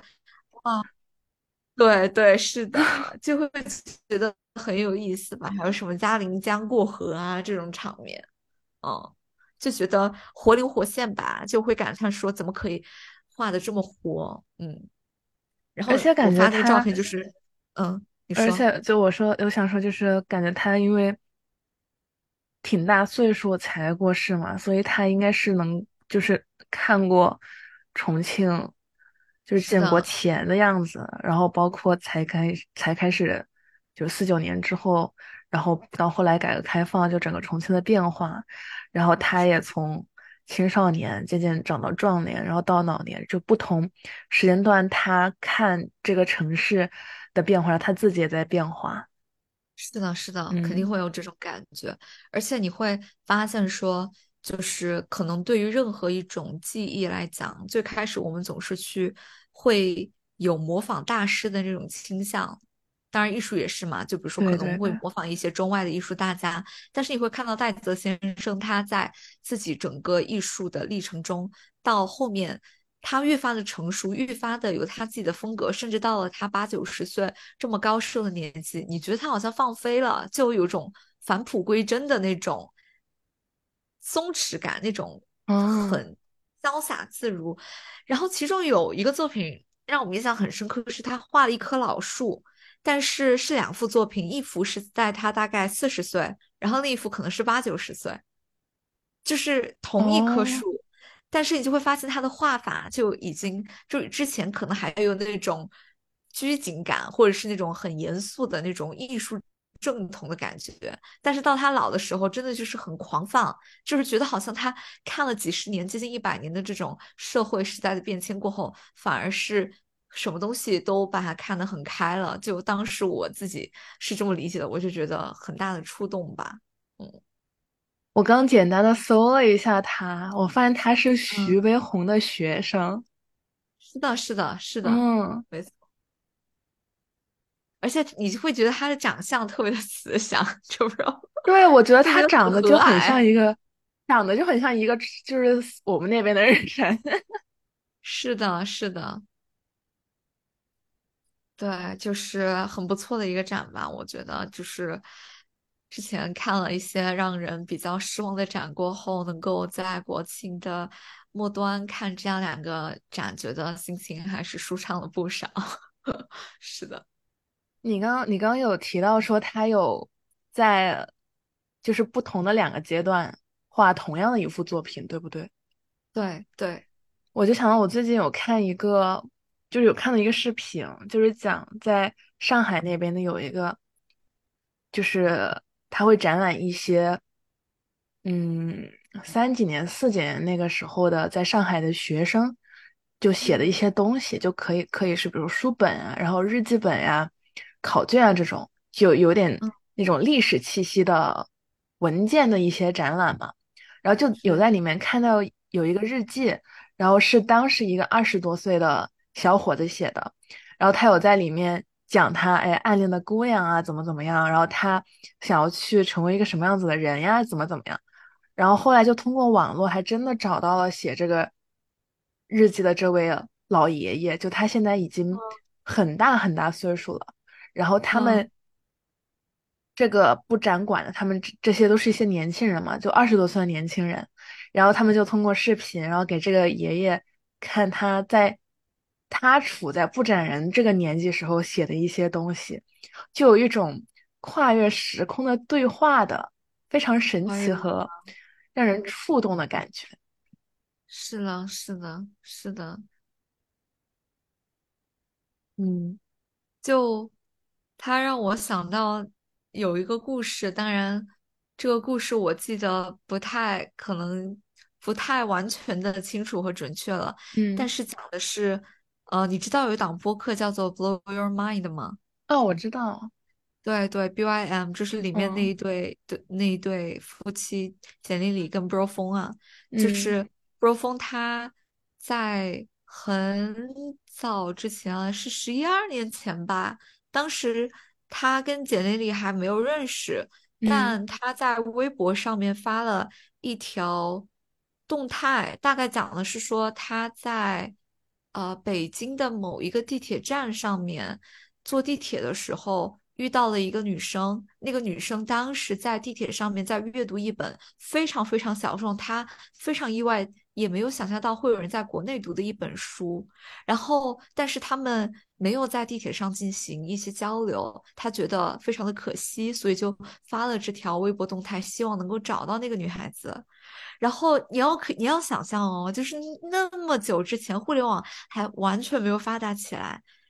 对对，是的，就会觉得很有意思吧。还有什么嘉陵江过河啊这种场面，就觉得活灵活现吧，就会感叹说怎么可以画的这么活，然后而且感觉我发那个照他， 片就是，你而说且就我想说，就是感觉他因为挺大岁数才过世嘛，所以他应该是能就是看过重庆，就是建国是的。 前的样子，然后包括才开始，就49年之后，然后到后来改革开放，就整个重庆的变化，然后他也从青少年，渐渐长到壮年，然后到老年，就不同时间段，他看这个城市的变化，他自己也在变化。 是的，是的，肯定嗯， 会有这种感觉，而且你会发现说，就是可能对于任何一种技艺来讲，最开始我们总是会有模仿大师的这种倾向，当然艺术也是嘛，就比如说可能会对对对。 模仿一些中外的艺术大家，但是你会看到戴泽先生他在自己整个艺术的历程中，到后面。他越发的成熟，越发的有他自己的风格，甚至到了他80、90岁这么高寿的年纪，你觉得他好像放飞了，就有种返璞归真的那种松弛感，那种哦很潇洒自如。然后其中有一个作品让我印象很深刻，是他画了一棵老树，但是是两幅作品，一幅是在他大概40岁，然后另一幅可能是80、90岁。就是同一棵哦树，但是你就会发现它的画法就已经就之前可能还有那种拘谨感，或者是那种很严肃的那种艺术正统的感觉，但是到他老的时候，真的就是很狂放，就是觉得好像他看了几十年、接近100年的这种社会时代的变迁过后，反而是。什么东西都把它看得很开了，就当时我自己是这么理解的，我就觉得很大的触动吧。嗯我刚简单的搜了一下他，我发现他是徐嗯。 悲鸿的学生。 是的，是的，是的， 嗯， 没错。而且你会觉得他的长相特别的慈祥，就不知道， 对，我觉得他就觉得很长得就很像和蔼。 一个，长得就很像一个，就是我们那边的人。 是的，是的，对，就是很不错的一个展吧。我觉得就是之前看了一些让人比较失望的展过后，能够在国庆的末端看这样两个展，觉得心情还是舒畅了不少。是的， 你刚刚有提到说他有在就是不同的两个阶段画同样的一幅作品，对不对？ 对对， 我就想到我最近有看一个，就是有看到一个视频，就是讲在上海那边的有一个，就是他会展览一些，嗯，3几年、4几年那个时候的在上海的学生就写的嗯一些东西，就可以是比如书本啊，然后日记本呀、考卷啊这种，就有点嗯， 那种历史气息的文件的一些展览嘛。然后就有是， 在里面看到有一个日记，然后是当时一个20多岁的小伙子写的，然后他有在里面讲他暗恋的姑娘啊怎么样，然后他想要去成为一个什么样子的人呀，怎么样，然后后来就通过网络还真的找到了写这个日记的这位老爷爷，就他现在已经很大很大岁数了，然后他嗯。 们。这个布展馆的，他们这些都是一些年轻人嘛，就20多岁的年轻人，然后他们就通过视频，然后给这个爷爷看他处在布展人这个年纪时候写的一些东西，就有一种跨越时空的对话的非常神我也奇和让人触动的感觉。 是的，是的，是的， 嗯就他让我想到有一个故事，当然这个故事我记得不太可能不太完全的清楚和准确了，但嗯， 是讲的是，你知道有一档播客叫做《Blow Your Mind》吗？ 哦，我知道， 对对，BYM 就是里面嗯那一对夫妻简历里跟 bro 峰啊，就嗯是 bro 峰他在很早之前啊，是11、12年前吧，当时他跟简历里还没有认识， 嗯但他在微博上面发了一条动态，大概讲的是说他在北京的某一个地铁站上面坐地铁的时候遇到了一个女生，那个女生当时在地铁上面在阅读一本非常非常小众，她非常意外，也没有想象到会有人在国内读的一本书。然后，但是他们没有在地铁上进行一些交流，他觉得非常的可惜，所以就发了这条微博动态，希望能够找到那个女孩子。然后你要想象哦，就是那么久之前，互联网还完全没有发达起来，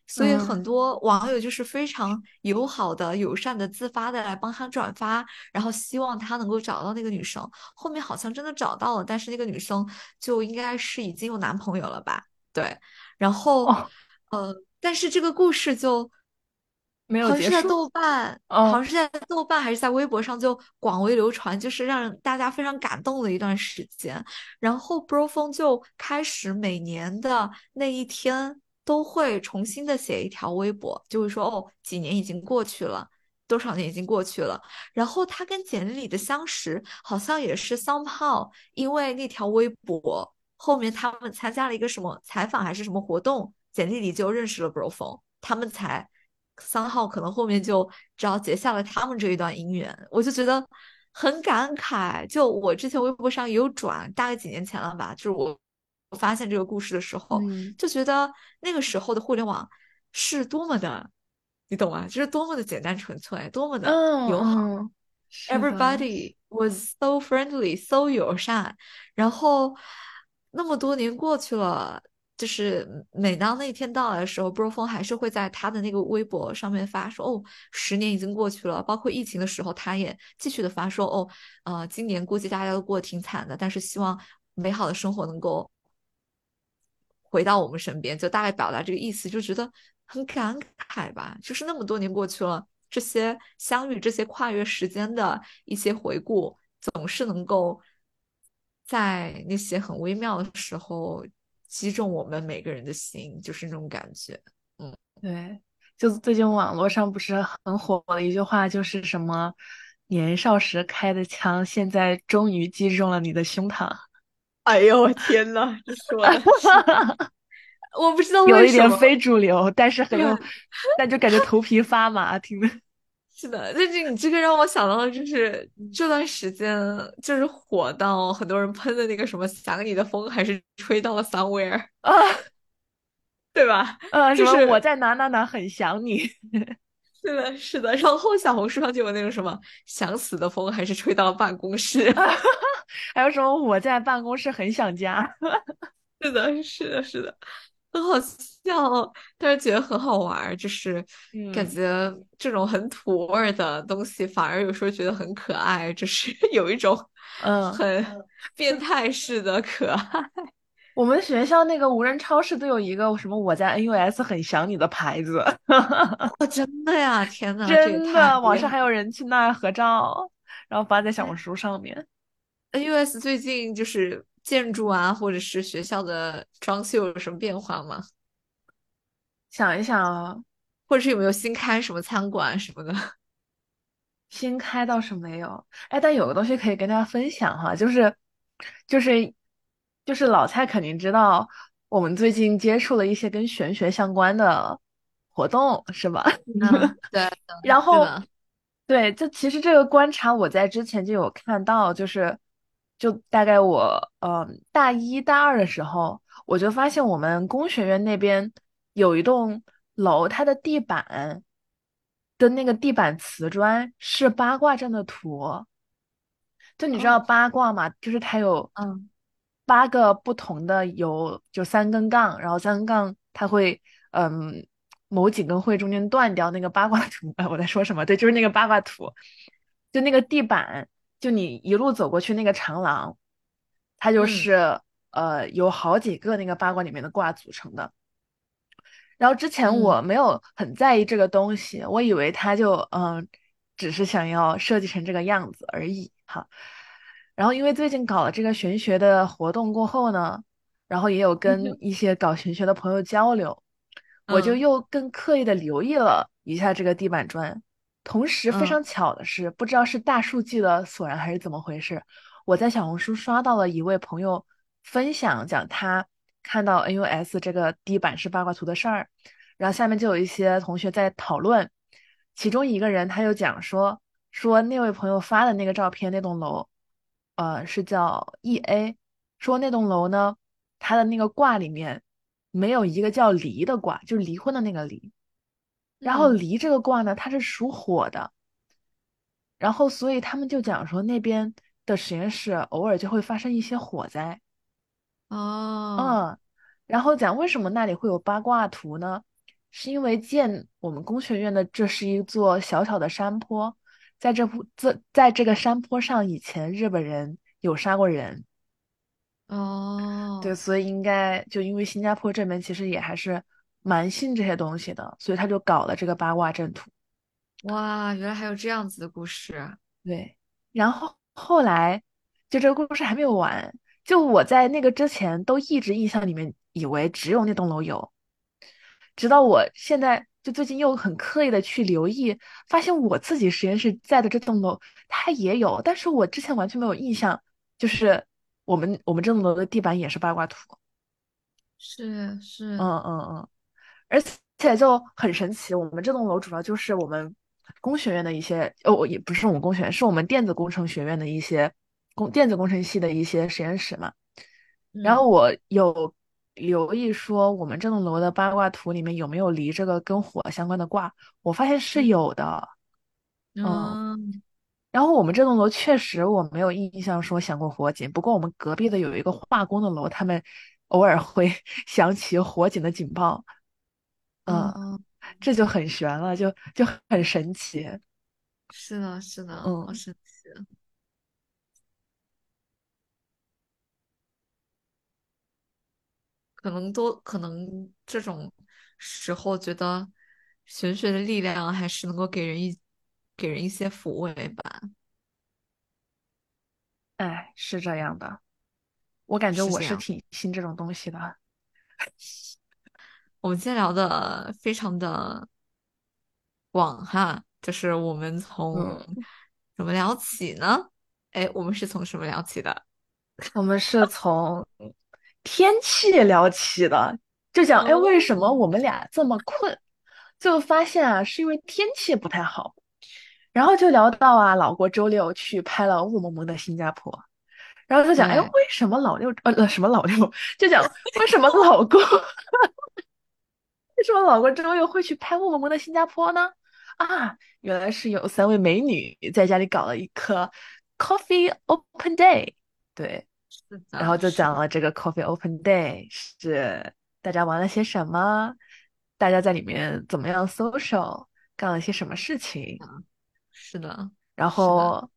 所以嗯， 很多网友就是非常友好的、友善的、自发的来帮他转发，然后希望他能够找到那个女生。后面好像真的找到了，但是那个女生就应该是已经有男朋友了吧？对，然后， 哦， 但是这个故事就没有好像是在结束。 豆瓣，好哦， 像是在豆瓣还是在微博上就广为流传，就是让人大家非常感动的一段时间。然后 Bro 风就开始每年的那一天都会重新的写一条微博，就会说哦，几年已经过去了。多少年已经过去了，然后他跟简历里的相识，好像也是 somehow 因为那条微博后面他们参加了一个什么采访还是什么活动，简历里就认识了 Bro 风，他们才三号可能后面就只要结下了他们这一段姻缘，我就觉得很感慨。就我之前微博上也有转，大概几年前了吧，就是我发现这个故事的时候， 嗯就觉得那个时候的互联网是多么的，你懂吗？就是多么的简单纯粹，多么的嗯友好。 嗯，是的， Everybody was so friendly, so 友善。然后那么多年过去了，就是每当那一天到来的时候，Bro 峰还是会在他的那个微博上面发说：“哦，10年已经过去了。”包括疫情的时候，他也继续的发说：“哦，今年估计大家都过得挺惨的，但是希望美好的生活能够回到我们身边。”就大概表达这个意思，就觉得很感慨吧。就是那么多年过去了，这些相遇，这些跨越时间的一些回顾，总是能够在那些很微妙的时候击中我们每个人的心，就是那种感觉。嗯， 对，就是最近网络上不是很火的一句话，就是什么"年少时开的枪，现在终于击中了你的胸膛"。 哎呦，我天呐，这说的是的，我不知道有为什么。 一点非主流，但是很有， 对， 但就感觉头皮发麻，听的。 是的，但是你这个让我想到了，就是这段时间就是火到很多人喷的那个什么"想你的风还是吹到了 somewhere"， 啊， 对吧？ 什么我就是在哪哪哪很想你。 是的，是的。然后小红书上就有那种什么"想死的风还是吹到了办公室"， 还有什么我在办公室很想家。 是的，是的，是的，很好笑，但是觉得很好玩儿，就是感嗯觉这种很土味儿的东西，反而有时候觉得很可爱，就是有一种嗯， 很变态式的可爱。 我们学校那个无人超市都有一个什么我在 NUS 很想你的牌子。 哦，真的呀！天呐，这也太真的，网厉害了上还有人去那儿合照，然后发在小红书上面。 ！NUS 最近就是建筑啊，或者是学校的装修有什么变化吗？ 想一想啊， 或者是有没有新开什么餐馆什么的？ 新开倒是没有，哎，但有个东西可以跟大家分享哈，就是就是老蔡肯定知道，我们最近接触了一些跟玄学相关的活动，是吧？ 嗯，对的， 然后， 是的。 对，就其实这个观察我在之前就有看到，就大概我大一大二的时候，我就发现我们工学院那边有一栋楼，它的地板的那个地板瓷砖是八卦阵的图。就你知道哦， 八卦嘛，就是它有嗯 8个不同的就3根杠，然后3根杠它会嗯某几根会中间断掉那个八卦图。我在说什么？对，就是那个八卦图，就那个地板，就你一路走过去那个长廊，它就嗯是有好几个那个八卦里面的卦组成的。然后之前嗯我没有很在意这个东西，我以为它就只是想要设计成这个样子而已哈。然后因为最近搞了这个玄学的活动过后呢，然后也有跟一些搞玄学的朋友交流，我就嗯又更刻意的留意了一下这个地板砖。同时非嗯常巧的是，不知道是大数据的锁然还是怎么回事，我在小红书刷到了一位朋友分享，讲他看到 NUS 这个地板是八卦图的事儿，然后下面就有一些同学在讨论，其中一个人他就讲说那位朋友发的那个照片，那栋楼，是叫 EA，说那栋楼呢，它的那个卦里面没有一个叫离的卦，就是离婚的那个离，然后嗯， 离这个卦呢，它是属火的。然后所以他们就讲说那边的实验室偶尔就会发生一些火灾。 哦， 嗯，然后讲为什么那里会有八卦图呢？ 是因为建我们工学院的这是一座小小的山坡，在这个山坡上，以前日本人有杀过人。对， 哦， 所以应该就因为新加坡这边其实也还是蛮信这些东西的，所以他就搞了这个八卦阵图。 哇，原来还有这样子的故事。 对，然后后来就这个故事还没有完，就我在那个之前都一直印象里面以为只有那栋楼有，直到我现在就最近又很刻意的去留意，发现我自己实验室在的这栋楼它也有，但是我之前完全没有印象，就是我们这栋楼的地板也是八卦图。 是是， 嗯嗯嗯。而且就很神奇，我们这栋楼主要就是我们工学院的一些，也不是我们工学院，是我们电子工程学院的一些电子工程系的一些实验室嘛。然嗯后我有留意说，我们这栋楼的八卦图里面有没有离这个跟火相关的卦，我发现是嗯有的。嗯， 嗯然后我们这栋楼确实我没有印象说想过火警，不过我们隔壁的有一个化工的楼，他们偶尔会响起火警的警报。嗯。 嗯， 这就很悬了，就很神奇。 是的，是的，好嗯神奇。可能这种时候觉得玄学的力量还是能够给人一些抚慰吧。 哎，是这样的，我感觉我是是这样。 挺信这种东西的。 我们今天聊的非常的广哈，就是我们从嗯， 什么聊起呢？哎，我们是从什么聊起的？ 我们是从天气聊起的，就讲哎，为什么哦， 我们俩这么困？最后发现啊，是因为天气不太好。然后就聊到啊，老郭周六去拍了雾蒙蒙的新加坡，然后就讲哎，为对， 什么老六什么老六，就讲为什么老郭为什么老郭周六会去拍雾蒙蒙的新加坡呢？啊，原来是有三位美女在家里搞了一个 coffee open day。对， 是的， 然后就是的， 讲了这个 coffee open day 是大家玩了些什么，大家在里面怎么样 social，干了些什么事情， 嗯是的， 然是的。 后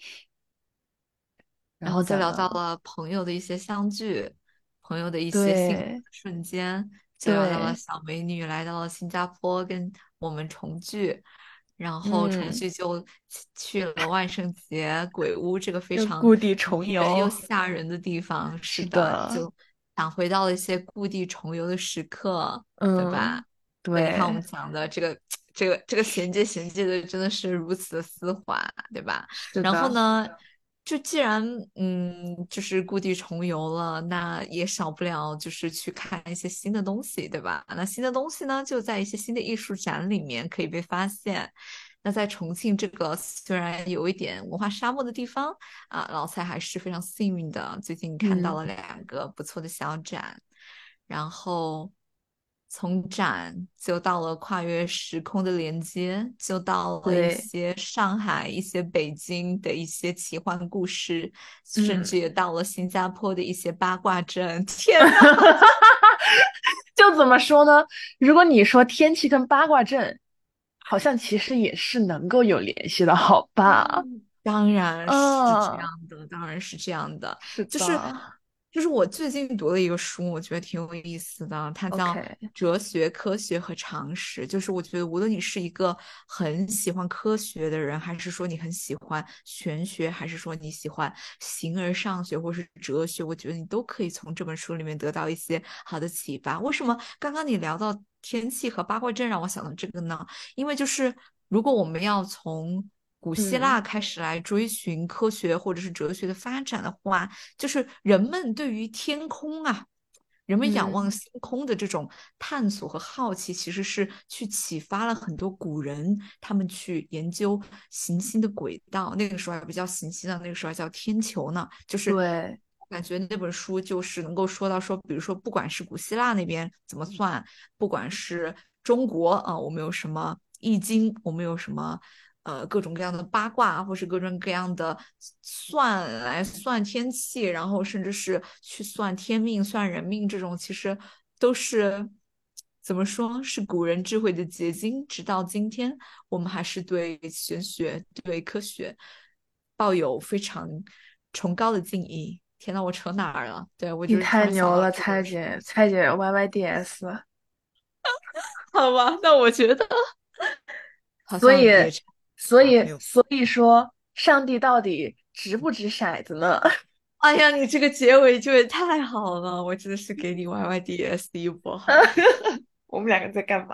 然后然后就聊到讲的， 了朋友的一些相聚，朋友的一些幸福的对瞬间，就聊到了对， 小美女来到了新加坡跟我们重聚，然后重嗯， 聚就去了万圣节鬼屋这个非又常故地重迷人又游， 吓人的地方。是是的， 的， 就想回到了一些故地重游的时刻，对吧？ 嗯， 对，你看我们对， 讲的这个衔接的真的是如此的丝滑，对吧？然后是的， 呢，就既然就是故地重游了，那也少不了就是去看一些新的东西，对吧？那新的东西呢，就在一些新的艺术展里面可以被发现。那在重庆这个虽然有一点文化沙漠的地方啊，老蔡还是非常幸运的，最近看到嗯， 了两个不错的小展。然后从展就到了跨越时空的连接，就到了一对。 些上海、一些北京的一些奇幻故事，甚嗯， 至也到了新加坡的一些八卦阵。天呐！ 就怎么说呢？如果你说天气跟八卦阵，好像其实也是能够有联系的，好吧？ 当然是这嗯， 样的，当然是这样的， 是就是的就是我最近读了一个书，我觉得挺有意思的，它叫 ，OK， 《哲学、科学和常识》。就是我觉得无论你是一个很喜欢科学的人，还是说你很喜欢玄学，还是说你喜欢形而上学或是哲学，我觉得你都可以从这本书里面得到一些好的启发。为什么刚刚你聊到天气和八卦阵让我想到这个呢？因为就是如果我们要从古希嗯腊开始来追寻科学或者是哲学的发展的话，就是人们对于天空啊，人们仰望嗯， 星空的这种探索和好奇，其实是去启发了很多古人，他们去研究行星的轨道。那个时候还不叫行星呢，那个时候还叫天球呢。就是对， 我感觉那本书就是能够说到说，比如说不管是古希腊那边怎么算，不管是中国啊，我们有什么易经，我们有什么各种各样的八卦，或是各种各样的算来算天气，然后甚至是去算天命、算人命这种，其实都是怎么说是古人智慧的结晶，直到今天，我们还是对玄学、对科学抱有非常崇高的敬意。天呐，我扯哪儿了？对，我你就是突然想太牛了， 到这蔡姐， 件事。 蔡姐 YYDS。 好吧，那我觉得好所以， 像也差所以， 不多没有。 所以说，上帝到底掷不掷骰子呢？ 哎呀，你这个结尾就也太好了，我真的是给你 YYDS 一波，好吧？ 我们两个在干嘛？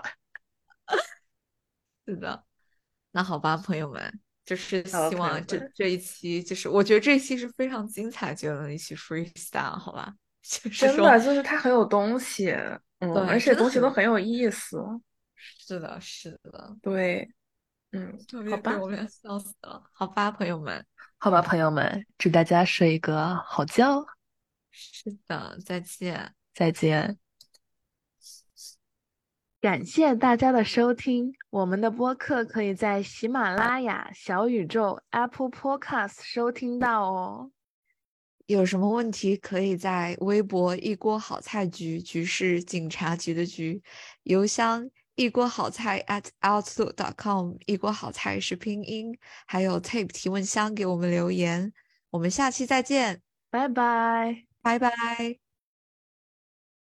是的。那好吧，朋友们，就是好了， 希望这朋友们， 这一期，就是我觉得这一期是非常精彩绝伦的一期 freestyle，好吧？就是说， 真的就是它很有东西，而对， 且真的很有， 东西都很有意思。 是的，是的， 对， 特别被好吧， 我们笑死了。好吧，朋友们， 好吧，朋友们，祝大家睡一个好觉， 是的，再见。 再见。感谢大家的收听，我们的播客可以在喜马拉雅、小宇宙、Apple Podcast 收听到哦。 有什么问题可以在微博"一锅好菜局"，局是警察局的局，邮箱一锅好菜 @outlook.com，一锅好菜是拼音，还有 Tape 提问箱给我们留言。我们下期再见， 拜拜。 拜拜。